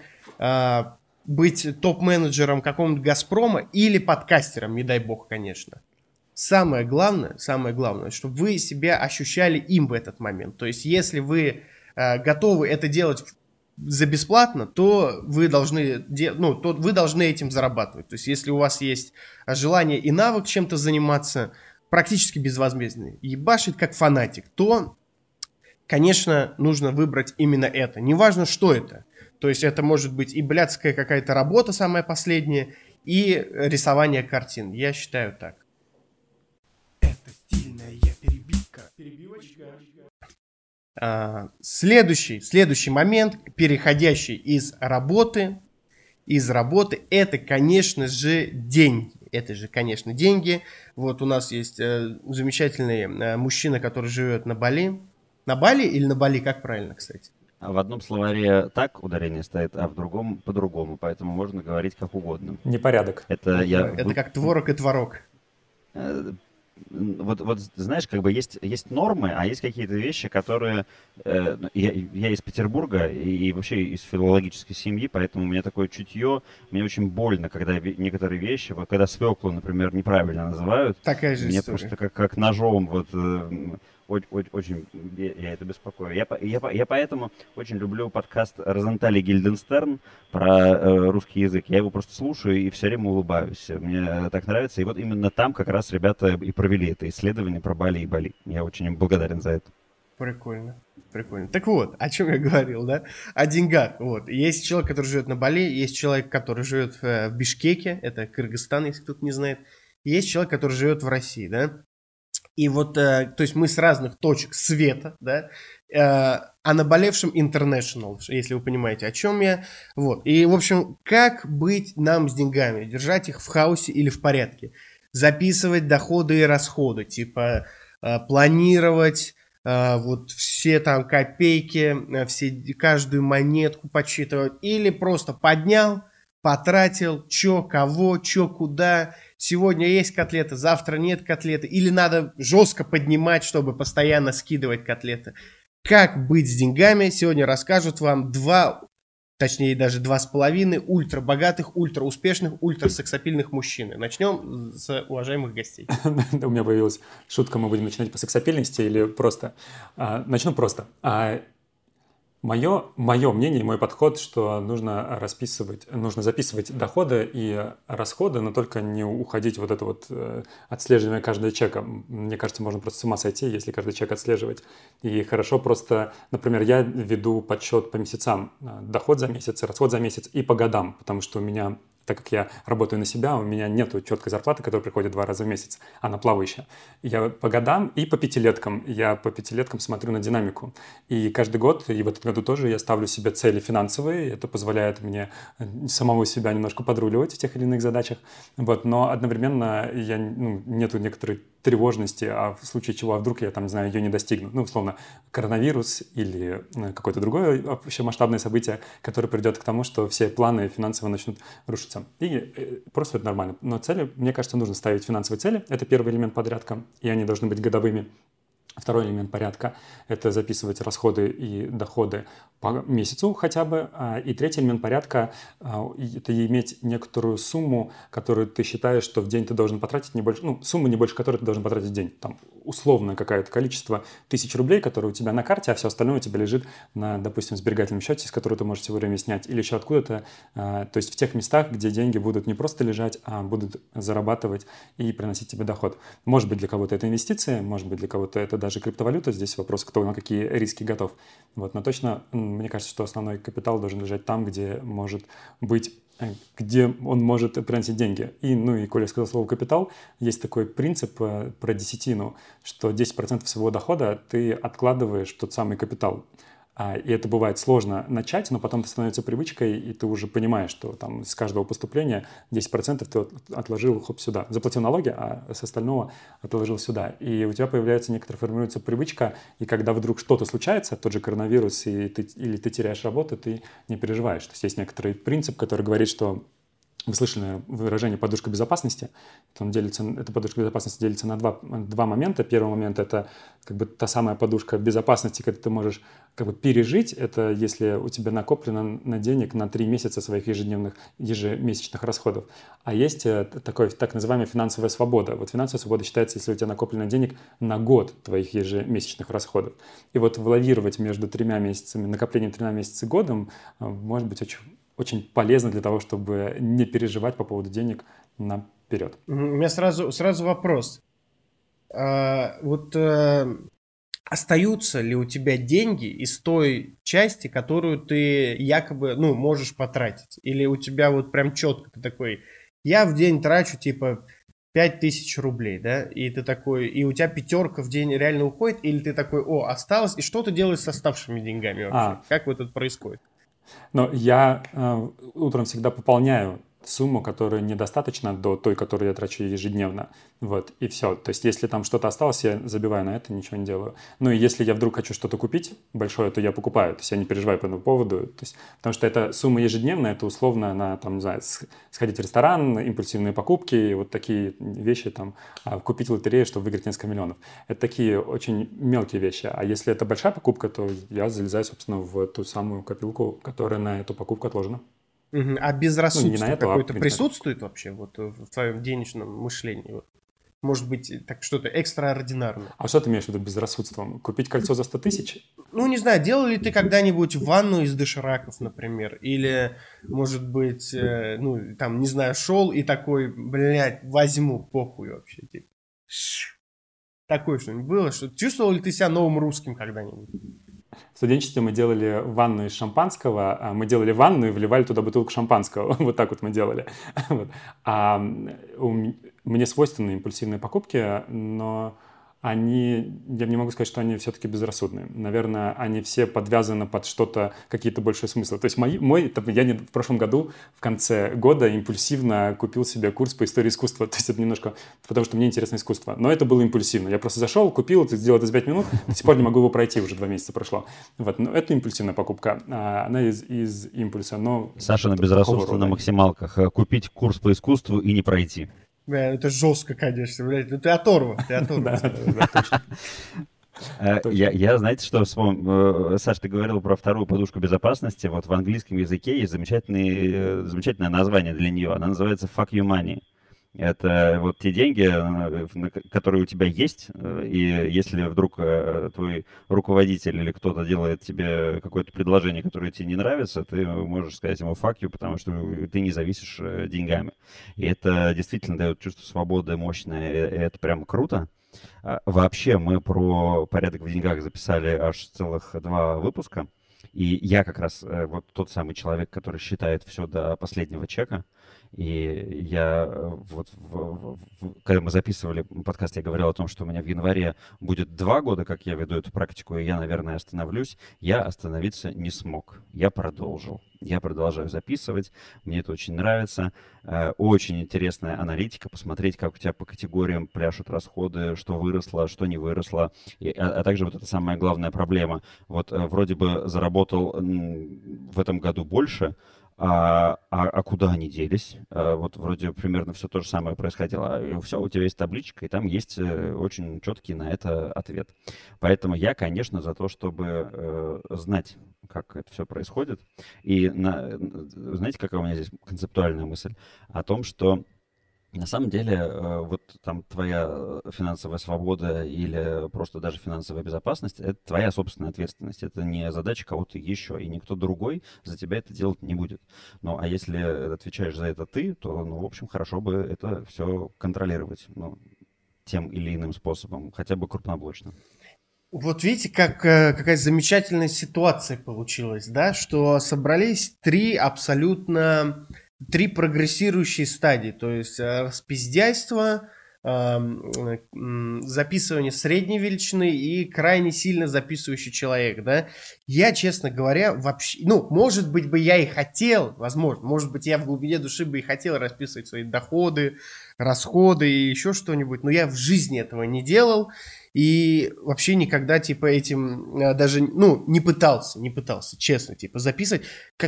быть топ-менеджером какого-нибудь «Газпрома» или подкастером, не дай бог, конечно. Самое главное, чтобы вы себя ощущали им в этот момент. То есть, если вы готовы это делать за бесплатно, то вы должны этим зарабатывать. То есть, если у вас есть желание и навык чем-то заниматься, практически безвозмездно, ебашить как фанатик, то, конечно, нужно выбрать именно это. Неважно, что это. То есть, это может быть и блядская какая-то работа, самая последняя, и рисование картин. Я считаю так. Это стильная перебивка. Перебивочка. Следующий момент, переходящий из работы, это, конечно же, деньги. Это же, конечно, деньги. Вот у нас есть замечательный мужчина, который живет на Бали. На Бали или на Бали, как правильно, кстати? В одном словаре так ударение стоит, а в другом по-другому, поэтому можно говорить как угодно. Непорядок. Это как творог и творог. вот знаешь, как бы есть нормы, а есть какие-то вещи, которые... я из Петербурга и вообще из филологической семьи, поэтому у меня такое чутье, мне очень больно, когда некоторые вещи, вот когда свеклу, например, неправильно называют, Такая же мне история. просто как ножом вот очень я это беспокою. Я поэтому очень люблю подкаст Розенталь и Гильденстерн про русский язык. Я его просто слушаю и все время улыбаюсь. Мне так нравится. И вот именно там как раз ребята и провели это исследование про Бали и Бали. Я очень им благодарен за это. Прикольно. Прикольно. Так вот, о чем я говорил, да? О деньгах. Вот. Есть человек, который живет на Бали, есть человек, который живет в Бишкеке, это Кыргызстан, если кто-то не знает. И есть человек, который живет в России, да? И вот, то есть мы с разных точек света, да, о наболевшем International, если вы понимаете, о чем я. Вот. И, в общем, как быть нам с деньгами? Держать их в хаосе или в порядке? Записывать доходы и расходы, типа планировать вот все там копейки, каждую монетку подсчитывать. Или просто поднял, потратил, чё, кого, чё, куда. Сегодня есть котлеты, завтра нет котлеты. Или надо жестко поднимать, чтобы постоянно скидывать котлеты. Как быть с деньгами, сегодня расскажут вам точнее даже 2,5 ультрабогатых, ультра-успешных, ультрасексапильных мужчины. Начнем с уважаемых гостей. У меня появилась шутка, мы будем начинать по сексапильности или просто? Начну просто. Мое мнение и мой подход, что нужно записывать доходы и расходы, но только не уходить вот это вот отслеживание каждого чека. Мне кажется, можно просто с ума сойти, если каждый чек отслеживать. И хорошо просто, например, я веду подсчет по месяцам, доход за месяц, расход за месяц и по годам, потому что у меня, так как я работаю на себя, у меня нету четкой зарплаты, которая приходит 2 раза в месяц, она плавающая. Я по годам и по пятилеткам. Я по пятилеткам смотрю на динамику. И каждый год, и в этом году тоже, я ставлю себе цели финансовые. Это позволяет мне самого себя немножко подруливать в тех или иных задачах. Вот. Но одновременно нету некоторой тревожности, а в случае чего, вдруг я там, не знаю, ее не достигну. Ну, условно, коронавирус или какое-то другое вообще масштабное событие, которое приведет к тому, что все планы финансовые начнут рушиться. И просто это нормально. Но цели, мне кажется, нужно ставить финансовые цели. Это первый элемент порядка, и они должны быть годовыми. Второй элемент порядка – это записывать расходы и доходы по месяцу хотя бы. И третий элемент порядка – это иметь некоторую сумму, которую ты считаешь, что в день ты должен потратить не больше, сумму не больше которой ты должен потратить в день. Там условное какое-то количество 1000 рублей, которые у тебя на карте, а все остальное у тебя лежит на, допустим, сберегательном счете, с которого ты можешь все время снять, или еще откуда-то. То есть в тех местах, где деньги будут не просто лежать, а будут зарабатывать и приносить тебе доход. Может быть, для кого-то это инвестиции, может быть, для кого-то это даже криптовалюта. Здесь вопрос, кто на какие риски готов. Вот. Но точно, мне кажется, что основной капитал должен лежать там, где он может приносить деньги. И коли я сказал слово «капитал», есть такой принцип про десятину, что 10% своего дохода ты откладываешь в тот самый капитал. И это бывает сложно начать, но потом это становится привычкой, и ты уже понимаешь, что там с каждого поступления 10% ты отложил сюда. Заплатил налоги, а с остального отложил сюда. И у тебя формируется привычка, и когда вдруг что-то случается, тот же коронавирус, или ты теряешь работу, ты не переживаешь. То есть некоторый принцип, который говорит, что вы слышали выражение «подушка безопасности». Эта подушка безопасности делится на два момента. Первый момент – это как бы та самая подушка безопасности, когда ты можешь как бы пережить. Это если у тебя накоплено на денег на 3 месяца своих ежемесячных расходов. А есть такой так называемая финансовая свобода. Вот финансовая свобода считается, если у тебя накоплено денег на год твоих ежемесячных расходов. И вот лавировать между 3 месяцами, накоплением 3 месяцев и годом может быть очень полезно для того, чтобы не переживать по поводу денег наперед. У меня сразу вопрос. Остаются ли у тебя деньги из той части, которую ты якобы, можешь потратить? Или у тебя вот прям четко ты такой, я в день трачу типа 5000 рублей, да? И ты такой, и у тебя 5 в день реально уходит? Или ты такой, осталось, и что ты делаешь с оставшими деньгами вообще? Как вот это происходит? Но я утром всегда пополняю сумму, которая недостаточна до той, которую я трачу ежедневно. Вот, и все. То есть, если там что-то осталось, я забиваю на это, ничего не делаю. Ну, и если я вдруг хочу что-то купить большое, то я покупаю. То есть, я не переживаю по этому поводу. То есть, потому что это сумма ежедневная, это условно на, там, не знаю, сходить в ресторан, импульсивные покупки, вот такие вещи, там, купить лотерею, чтобы выиграть несколько миллионов. Это такие очень мелкие вещи. А если это большая покупка, то я залезаю, собственно, в ту самую копилку, которая на эту покупку отложена. А Ну, не безрассудство на эту, а какое-то в интернете. присутствует вообще вот в твоем денежном мышлении? Вот? Может быть, так что-то экстраординарное? А что ты имеешь в виду безрассудством? Купить кольцо за 100 тысяч? Ну, не знаю, делал ли ты когда-нибудь ванну из дошираков, например? Или, может быть, ну, там, не знаю, шел и такой, блядь, возьму, похуй вообще, типа. Такое что-нибудь было? Что чувствовал ли ты себя новым русским когда-нибудь? В студенчестве мы делали ванну из шампанского, мы делали ванну и вливали туда бутылку шампанского. Вот так вот мы делали. Вот. Мне свойственны импульсивные покупки, но я не могу сказать, что они все-таки безрассудные. Наверное, они все подвязаны под что-то, какие-то большие смыслы. То есть я в прошлом году в конце года импульсивно купил себе курс по истории искусства. То есть это немножко, потому что мне интересно искусство. Но это было импульсивно. Я просто зашел, купил, сделал это за 5 минут, до сих пор не могу его пройти, уже 2 месяца прошло. Вот. Но это импульсивная покупка. Она из импульса. Но Саша на безрассудство на максималках. Купить курс по искусству и не пройти. Бля, это жестко, конечно, блядь. Ну ты оторва, Да, точно. Я, знаете, что вспомнил? Саш, ты говорил про вторую подушку безопасности. Вот в английском языке есть замечательное название для нее. Она называется fuck you money. Это вот те деньги, которые у тебя есть, и если вдруг твой руководитель или кто-то делает тебе какое-то предложение, которое тебе не нравится, ты можешь сказать ему fuck you, потому что ты не зависишь деньгами. И это действительно дает чувство свободы мощное, и это прям круто. Вообще мы про порядок в деньгах записали аж целых 2 выпуска, и я как раз вот тот самый человек, который считает все до последнего чека. И я вот, когда мы записывали подкаст, я говорил о том, что у меня в январе будет 2 года, как я веду эту практику, и я, наверное, остановлюсь. Я остановиться не смог. Я продолжил. Я продолжаю записывать. Мне это очень нравится. Очень интересная аналитика, посмотреть, как у тебя по категориям пляшут расходы, что выросло, что не выросло. А также вот эта самая главная проблема. Вот вроде бы заработал в этом году больше, а куда они делись? Вот вроде примерно все то же самое происходило. И все, у тебя есть табличка, и там есть очень четкий на это ответ. Поэтому я, конечно, за то, чтобы знать, как это все происходит. И знаете, какая у меня здесь концептуальная мысль? О том, что на самом деле, вот там твоя финансовая свобода или просто даже финансовая безопасность — это твоя собственная ответственность. Это не задача кого-то еще, и никто другой за тебя это делать не будет. Ну, а если отвечаешь за это ты, то, ну, в общем, хорошо бы это все контролировать, ну, тем или иным способом, хотя бы крупноблочно. Вот видите, какая замечательная ситуация получилась, да, что собрались 3 прогрессирующие стадии, то есть распиздяйство, записывание средней величины и крайне сильно записывающий человек, да. Я, честно говоря, вообще, ну, может быть, бы я и хотел, возможно, может быть, я в глубине души бы и хотел расписывать свои доходы, расходы и еще что-нибудь, но я в жизни этого не делал. И вообще никогда, типа, этим даже, ну, не пытался, честно, типа, записывать.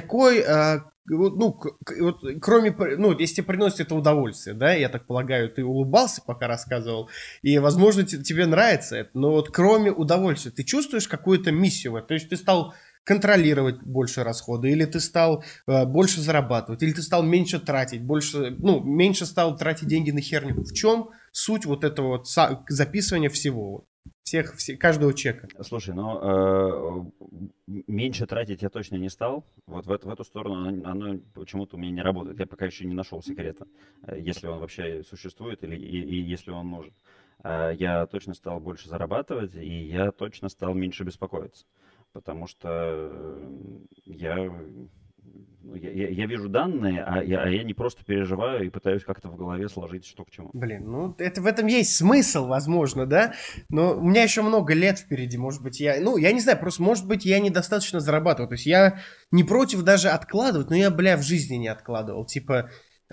Кроме, ну, если тебе приносит это удовольствие, да, я так полагаю, ты улыбался, пока рассказывал, и, возможно, тебе нравится это, но вот кроме удовольствия, ты чувствуешь какую-то миссию в этом? То есть ты стал контролировать больше расходы, или ты стал больше зарабатывать, или ты стал меньше тратить, меньше стал тратить деньги на херню. В чем суть вот этого вот записывания всего, каждого чека? Слушай, меньше тратить я точно не стал. Вот в эту сторону оно почему-то у меня не работает. Я пока еще не нашел секрета, если он вообще существует и если он нужен. Я точно стал больше зарабатывать, и я точно стал меньше беспокоиться. Потому что я вижу данные, а я не просто переживаю и пытаюсь как-то в голове сложить, что к чему. Блин, ну это в этом есть смысл, возможно, да? Но у меня еще много лет впереди, может быть, я не знаю, просто, может быть, я недостаточно зарабатываю. То есть я не против даже откладывать, но я, в жизни не откладывал. Типа,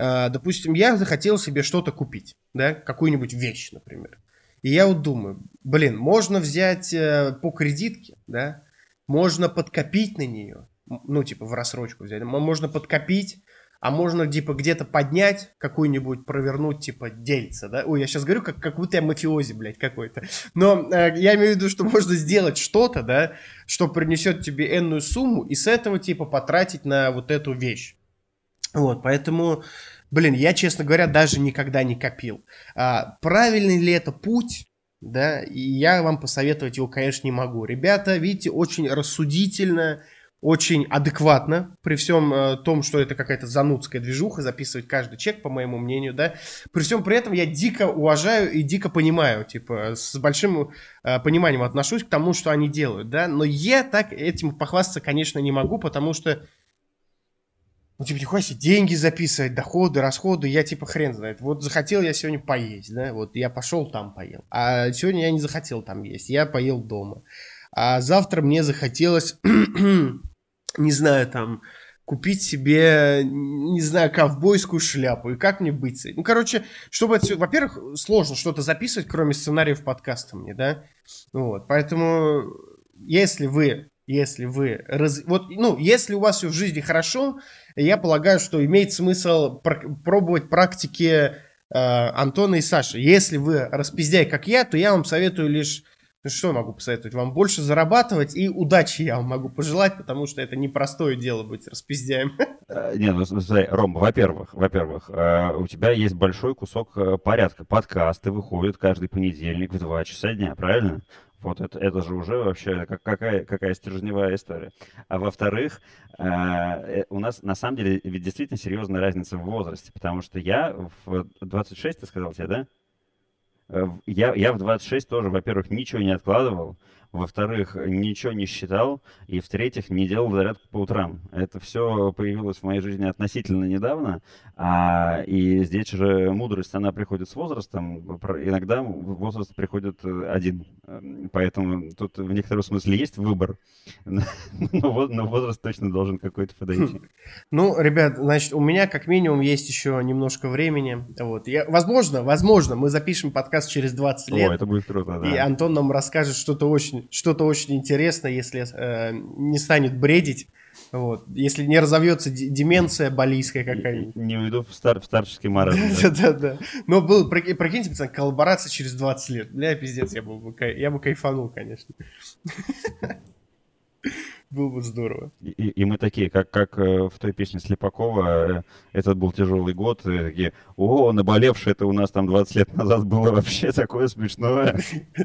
допустим, я захотел себе что-то купить, да, какую-нибудь вещь, например. И я вот думаю, блин, можно взять по кредитке, да, можно подкопить на нее, ну, типа в рассрочку взять, можно подкопить, а можно, типа, где-то поднять какую-нибудь, провернуть, типа, дельце, да? Ой, я сейчас говорю, как будто я мафиози, блядь, какой-то. Но я имею в виду, что можно сделать что-то, да, что принесет тебе энную сумму, и с этого, типа, потратить на вот эту вещь. Вот, поэтому, блин, я, честно говоря, даже никогда не копил. Правильный ли это путь? Да, и я вам посоветовать его, конечно, не могу. Ребята, видите, очень рассудительно, очень адекватно, при всем том, что это какая-то занудская движуха, записывать каждый чек, по моему мнению, да. При всем при этом я дико уважаю и дико понимаю, типа, с большим пониманием отношусь к тому, что они делают, да. Но я так этим похвастаться, конечно, не могу, потому что, ну, типа, нихуя себе, деньги записывать, доходы, расходы, я, типа, хрен знает. Вот захотел я сегодня поесть, да, вот я пошел там поел. А сегодня я не захотел там есть, я поел дома. А завтра мне захотелось... не знаю, там, купить себе, не знаю, ковбойскую шляпу. И как мне быть с этим? Ну, короче, чтобы это все... Во-первых, сложно что-то записывать, кроме сценариев подкаста мне, да? Вот, поэтому, если у вас все в жизни хорошо, я полагаю, что имеет смысл пробовать практики Антона и Саши. Если вы распиздяй, как я, то я вам советую лишь... Ну, что могу посоветовать? Вам больше зарабатывать и удачи я вам могу пожелать, потому что это непростое дело быть распиздяем. Не, ну смотри, Ром, во-первых, у тебя есть большой кусок порядка. Подкасты выходят каждый понедельник в 2 часа дня, правильно? Вот это же уже вообще какая стержневая история. А во-вторых, у нас на самом деле ведь действительно серьезная разница в возрасте, потому что я в 26, ты сказал тебе, да? Я в 26 тоже, во-первых, ничего не откладывал, во-вторых, ничего не считал, и в-третьих, не делал зарядку по утрам. Это все появилось в моей жизни относительно недавно, и здесь же мудрость, она приходит с возрастом, иногда возраст приходит один, поэтому тут в некотором смысле есть выбор, но возраст точно должен какой-то подойти. Ну, ребят, значит, у меня как минимум есть еще немножко времени. Вот. Возможно, мы запишем подкаст через 20 лет. О, это будет круто, да. И Антон нам расскажет что-то очень интересное, если не станет бредить. Вот. Если не разовьется деменция балийская какая-нибудь. Не уйду в старческий маразм. Да. Но прикиньте, пацан, коллаборация через 20 лет. Бля, пиздец, я бы кайфанул, конечно. Было бы здорово. И мы такие, как в той песне Слепакова, этот был тяжелый год, и такие, наболевшее это у нас там 20 лет назад было вообще такое смешное.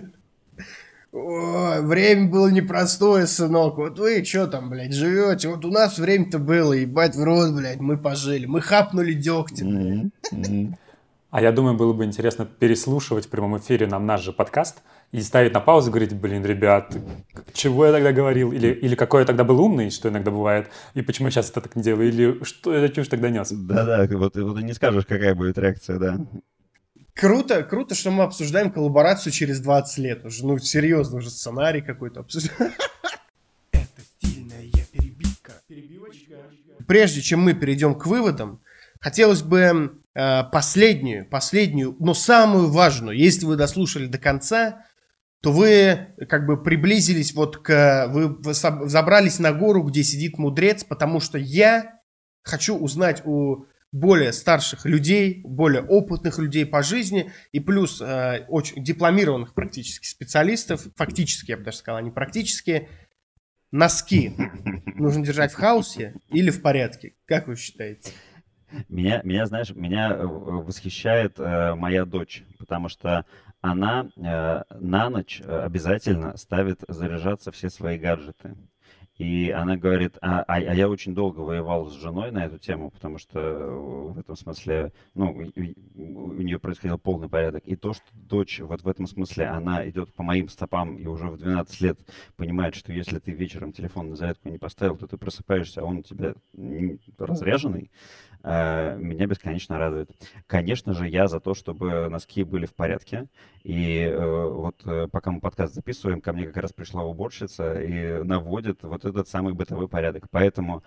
Ой, время было непростое, сынок. Вот вы что там, блядь, живете? Вот у нас время-то было, ебать в рот, блядь, мы пожили. Мы хапнули дегтя, блядь. А я думаю, было бы интересно переслушивать в прямом эфире нам наш же подкаст и ставить на паузу и говорить, блин, ребят, чего я тогда говорил? Или какой я тогда был умный, что иногда бывает, и почему я сейчас это так не делаю? Или что я чушь тогда нес? Да, вот и не скажешь, какая будет реакция, да. Круто, что мы обсуждаем коллаборацию через 20 лет. Уже, ну, серьезно, уже сценарий какой-то обсуждаем. Это стильная перебивка. Перебивочка. Прежде чем мы перейдем к выводам, хотелось бы последнюю, но самую важную, если вы дослушали до конца, то вы как бы приблизились вы забрались на гору, где сидит мудрец, потому что я хочу узнать у более старших людей, более опытных людей по жизни и плюс очень дипломированных практически специалистов, фактически, я бы даже сказал, а не практически, носки нужно держать в хаосе или в порядке? Как вы считаете? Меня восхищает моя дочь, потому что она на ночь обязательно ставит заряжаться все свои гаджеты. И она говорит, а я очень долго воевал с женой на эту тему, потому что в этом смысле, ну, у нее происходил полный порядок. И то, что дочь вот в этом смысле, она идет по моим стопам и уже в 12 лет понимает, что если ты вечером телефон на зарядку не поставил, то ты просыпаешься, а он у тебя разряженный. меня бесконечно радует. Конечно же, я за то, чтобы носки были в порядке. И пока мы подкаст записываем, ко мне как раз пришла уборщица и наводит вот этот самый бытовой порядок. Поэтому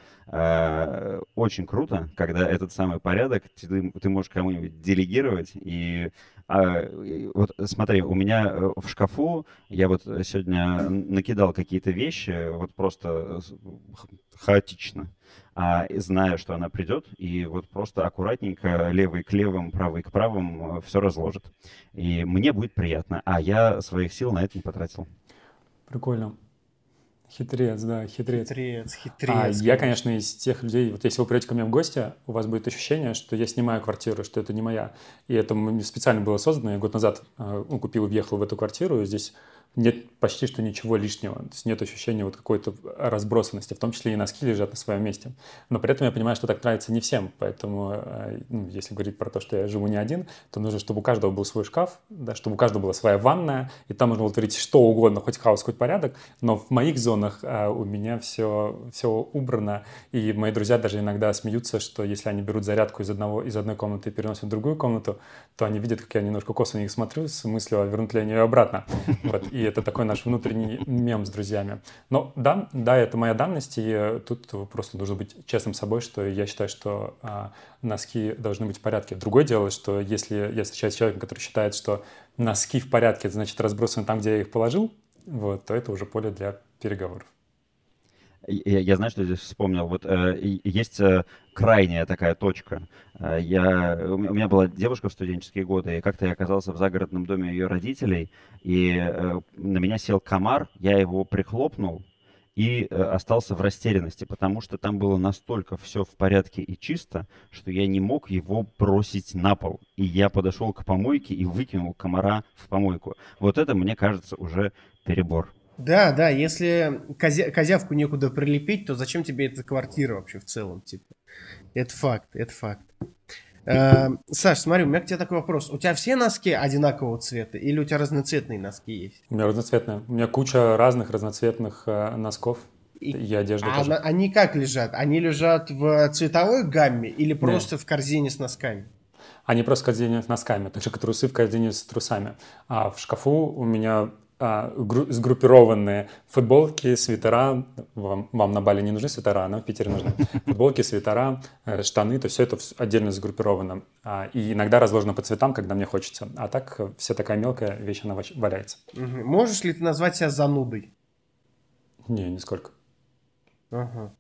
очень круто, когда этот самый порядок ты можешь кому-нибудь делегировать. И вот смотри, у меня в шкафу я вот сегодня накидал какие-то вещи, вот просто хаотично, зная, что она придет, и вот просто аккуратненько левый к левым, правый к правым все разложит. И мне будет приятно, а я своих сил на это не потратил. Прикольно. Хитрец, да, хитрец. Хитрец. Я, конечно, из тех людей, вот если вы придете ко мне в гости, у вас будет ощущение, что я снимаю квартиру, что это не моя. И это специально было создано. Я год назад купил и въехал в эту квартиру, и здесь нет почти что ничего лишнего. То есть нет ощущения вот какой-то разбросанности, в том числе и носки лежат на своем месте. Но при этом я понимаю, что так нравится не всем. Поэтому, если говорить про то, что я живу не один, то нужно, чтобы у каждого был свой шкаф, да, чтобы у каждого была своя ванная, и там можно было творить что угодно, хоть хаос, хоть порядок. Но в моих зонах у меня все убрано. И мои друзья даже иногда смеются, что если они берут зарядку из одной комнаты и переносят в другую комнату, то они видят, как я немножко косо на них смотрю с мыслью, а вернут ли они ее обратно. Вот. И это такой наш внутренний мем с друзьями. Но да, это моя данность, и тут просто нужно быть честным с собой, что я считаю, что носки должны быть в порядке. Другое дело, что если я встречаюсь с человеком, который считает, что носки в порядке, это значит разбросаны там, где я их положил, вот, то это уже поле для переговоров. Я знаю, что здесь вспомнил. Вот есть крайняя такая точка. У меня была девушка в студенческие годы, и как-то я оказался в загородном доме ее родителей, и на меня сел комар, я его прихлопнул и остался в растерянности, потому что там было настолько все в порядке и чисто, что я не мог его бросить на пол. И я подошел к помойке и выкинул комара в помойку. Вот это, мне кажется, уже перебор. Да, если козявку некуда прилепить, то зачем тебе эта квартира вообще в целом, типа? Это факт. Саш, смотри, у меня к тебе такой вопрос. У тебя все носки одинакового цвета или у тебя разноцветные носки есть? У меня разноцветные. У меня куча разных разноцветных носков и одежды тоже. Они как лежат? Они лежат в цветовой гамме или просто в корзине с носками? Они просто в корзине с носками, так же, как трусы в корзине с трусами. А в шкафу у меня сгруппированные футболки, свитера. Вам на Бали не нужны свитера, но в Питере нужны. Футболки, свитера, штаны, то все это отдельно сгруппировано. И иногда разложено по цветам, когда мне хочется. А так вся такая мелкая вещь, она валяется. Можешь ли ты назвать себя занудой? Не, нисколько. Ага.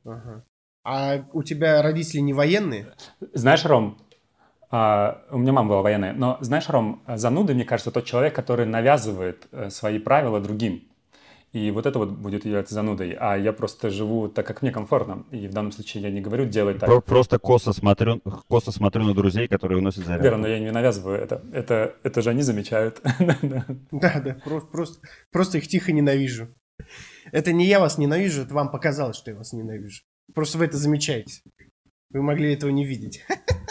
А у тебя родители не военные? Знаешь, Ром, у меня мама была военная, но знаешь, Ром, занудой, мне кажется, тот человек, который навязывает свои правила другим. И вот это вот будет являться занудой. А я просто живу так, как мне комфортно. И в данном случае я не говорю делай так. Просто косо смотрю на друзей, которые уносят зарядку. Верно, но я не навязываю это. Это же они замечают. Да, просто их тихо ненавижу. Это не я вас ненавижу, это вам показалось, что я вас ненавижу. Просто вы это замечаете. Вы могли этого не видеть.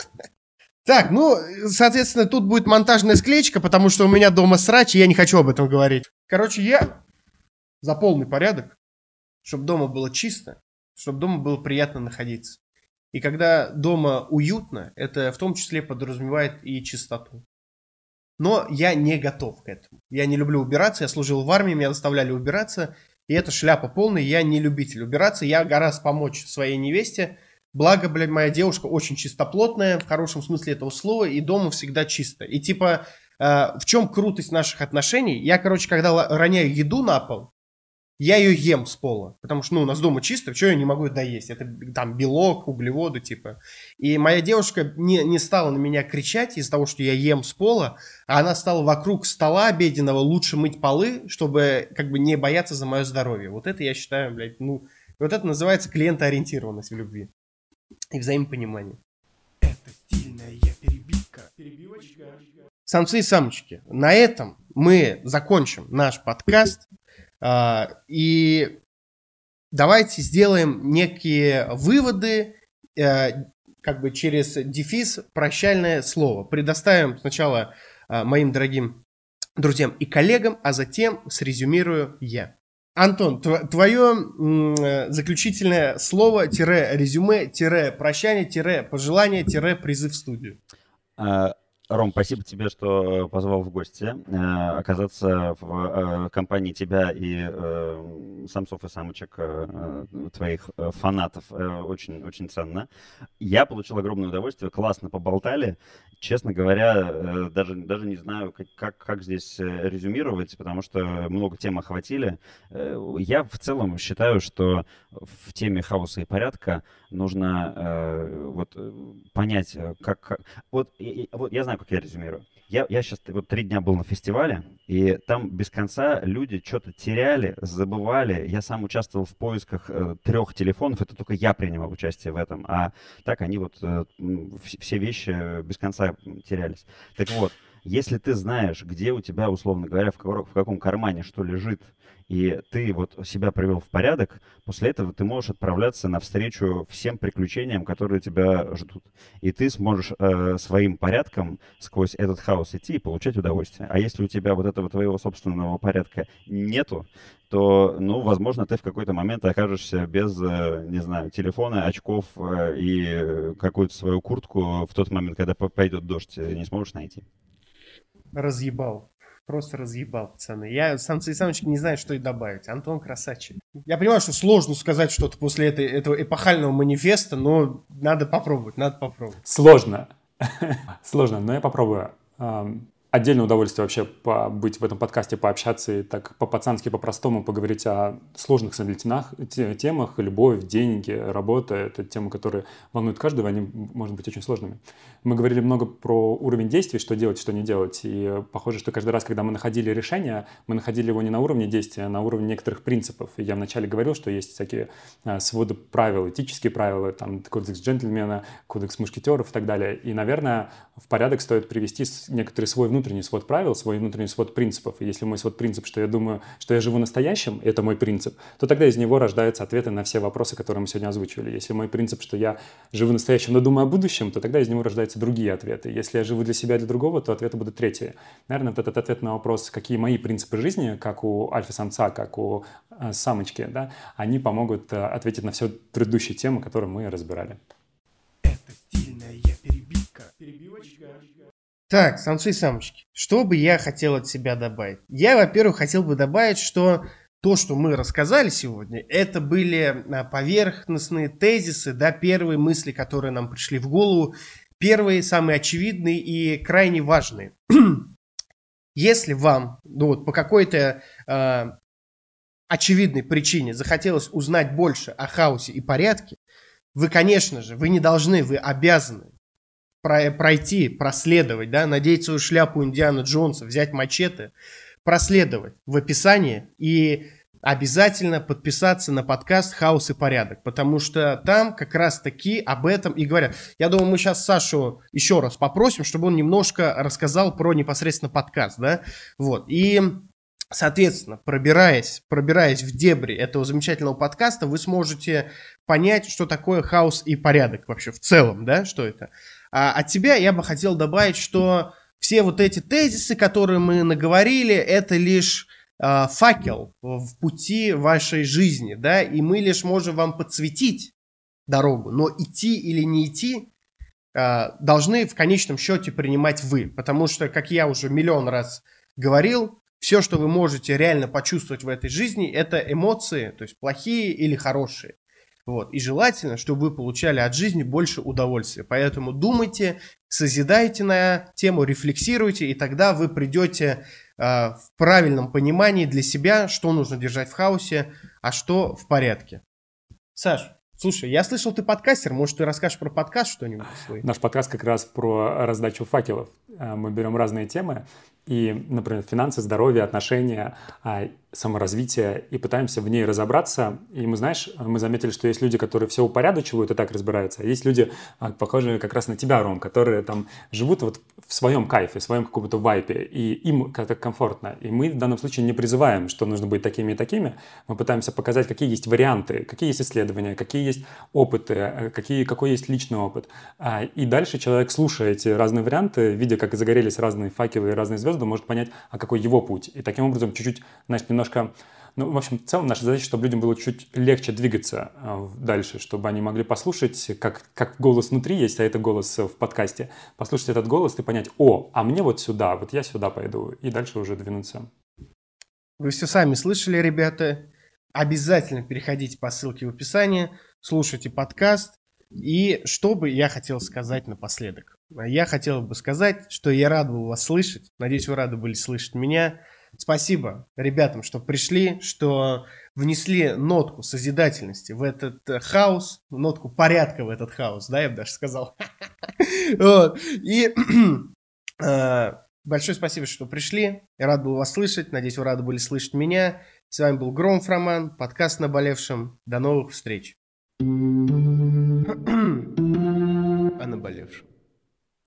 Так, соответственно, тут будет монтажная склеечка, потому что у меня дома срач, и я не хочу об этом говорить. Короче, я за полный порядок, чтобы дома было чисто, чтобы дома было приятно находиться. И когда дома уютно, это в том числе подразумевает и чистоту. Но я не готов к этому. Я не люблю убираться, я служил в армии, меня заставляли убираться, и это шляпа полная, я не любитель убираться, я гораздо помочь своей невесте. Благо, моя девушка очень чистоплотная, в хорошем смысле этого слова, и дома всегда чисто. И типа, в чем крутость наших отношений? Я, когда роняю еду на пол, я ее ем с пола. Потому что, у нас дома чисто, что я не могу доесть? Это там белок, углеводы, типа. И моя девушка не стала на меня кричать из-за того, что я ем с пола, а она стала вокруг стола обеденного лучше мыть полы, чтобы не бояться за мое здоровье. Вот это я считаю, вот это называется клиентоориентированность в любви. И взаимопонимание. Это стильная перебивка. Перебивочка. Самцы и самочки, на этом мы закончим наш подкаст. И давайте сделаем некие выводы, через дефис прощальное слово. Предоставим сначала моим дорогим друзьям и коллегам, а затем срезюмирую я. Антон, твое заключительное слово, резюме, прощание, пожелание, призыв в студию. Ром, спасибо тебе, что позвал в гости. Оказаться в компании тебя и самцов и самочек, твоих фанатов, очень, очень ценно. Я получил огромное удовольствие, классно поболтали. Честно говоря, даже не знаю, как здесь резюмировать, потому что много тем охватили. Я в целом считаю, что в теме хаоса и порядка нужно понять, Вот я знаю, как я резюмирую. Я сейчас 3 дня был на фестивале, и там без конца люди что-то теряли, забывали. Я сам участвовал в поисках 3 телефонов, это только я принимал участие в этом. А так они все вещи без конца терялись. Так вот, если ты знаешь, где у тебя, условно говоря, в каком кармане что лежит, и ты себя привел в порядок, после этого ты можешь отправляться навстречу всем приключениям, которые тебя ждут. И ты сможешь своим порядком сквозь этот хаос идти и получать удовольствие. А если у тебя этого твоего собственного порядка нету, то, возможно, ты в какой-то момент окажешься без, не знаю, телефона, очков и какую-то свою куртку в тот момент, когда пойдет дождь, не сможешь найти. Разъебал. Просто разъебал, пацаны. Самцы и самочки не знаю, что и добавить. Антон красавчик. Я понимаю, что сложно сказать что-то после этого эпохального манифеста, но надо попробовать. Сложно. Сложно, но я попробую. Отдельное удовольствие вообще быть в этом подкасте, пообщаться и так по-пацански, по-простому поговорить о сложных темах. Любовь, деньги, работа — это темы, которые волнуют каждого, они могут быть очень сложными. Мы говорили много про уровень действий, что делать, что не делать. И похоже, что каждый раз, когда мы находили решение, мы находили его не на уровне действия, а на уровне некоторых принципов. И я вначале говорил, что есть всякие своды правил, этические правила, там кодекс джентльмена, кодекс мушкетеров и так далее. И, наверное, в порядок стоит привести некоторый свой внутренний свод правил, свой внутренний свод принципов. И если мой свод принцип, что я думаю, что я живу настоящим, это мой принцип, то тогда из него рождаются ответы на все вопросы, которые мы сегодня озвучивали. Если мой принцип, что я живу настоящим, но думаю о будущем, то тогда из него рождаются другие ответы. Если я живу для себя и для другого, то ответы будут третьи. Наверное, этот ответ на вопрос, какие мои принципы жизни, как у альфа-самца, как у самочки, да, они помогут ответить на все предыдущие темы, которые мы разбирали. Это стильная перебивка. Перебивочка. Так, самцы и самочки, что бы я хотел от себя добавить? Я, во-первых, хотел бы добавить, что то, что мы рассказали сегодня, это были поверхностные тезисы, да, первые мысли, которые нам пришли в голову, первые, самые очевидные и крайне важные. Если вам по какой-то очевидной причине захотелось узнать больше о хаосе и порядке, вы, конечно же, вы не должны, вы обязаны пройти, проследовать, да, надеть свою шляпу Индиана Джонса, взять мачете, проследовать в описании и обязательно подписаться на подкаст «Хаос и порядок», потому что там как раз-таки об этом и говорят. Я думаю, мы сейчас Сашу еще раз попросим, чтобы он немножко рассказал про непосредственно подкаст, да, и... Соответственно, пробираясь в дебри этого замечательного подкаста, вы сможете понять, что такое хаос и порядок вообще в целом, да, что это. А от тебя я бы хотел добавить, что все эти тезисы, которые мы наговорили, это лишь факел в пути вашей жизни, да, и мы лишь можем вам подсветить дорогу, но идти или не идти должны в конечном счете принимать вы, потому что, как я уже миллион раз говорил, все, что вы можете реально почувствовать в этой жизни, это эмоции, то есть плохие или хорошие. И желательно, чтобы вы получали от жизни больше удовольствия. Поэтому думайте, созидайте на тему, рефлексируйте, и тогда вы придете в правильном понимании для себя, что нужно держать в хаосе, а что в порядке. Саш, слушай, я слышал, ты подкастер, может, ты расскажешь про подкаст что-нибудь свой? Наш подкаст как раз про раздачу факелов. Мы берем разные темы, и, например, финансы, здоровье, отношения, саморазвитие, и пытаемся в ней разобраться. И мы заметили, что есть люди, которые все упорядочивают и так разбираются, а есть люди, похожие как раз на тебя, Ром, которые там живут в своем кайфе, в своем каком-то вайпе, и им как-то комфортно. И мы в данном случае не призываем, что нужно быть такими и такими. Мы пытаемся показать, какие есть варианты, какие есть исследования, какие есть опыты, какой есть личный опыт. И дальше человек, слушая эти разные варианты, видя, как загорелись разные факелы и разные звезды, каждого может понять, а какой его путь. И таким образом чуть-чуть, значит, немножко... Ну, в общем, в целом наша задача, чтобы людям было чуть легче двигаться дальше, чтобы они могли послушать, как голос внутри есть, а это голос в подкасте, послушать этот голос и понять, а мне вот сюда, вот я сюда пойду, и дальше уже двинуться. Вы все сами слышали, ребята. Обязательно переходите по ссылке в описании, слушайте подкаст. И что бы я хотел сказать напоследок? Я хотел бы сказать, что я рад был вас слышать. Надеюсь, вы рады были слышать меня. Спасибо ребятам, что пришли, что внесли нотку созидательности в этот хаос, нотку порядка в этот хаос, да, я бы даже сказал. И большое спасибо, что пришли. Я рад был вас слышать. Надеюсь, вы рады были слышать меня. С вами был Громов Роман, подкаст «Наболевшем». До новых встреч. О наболевшем.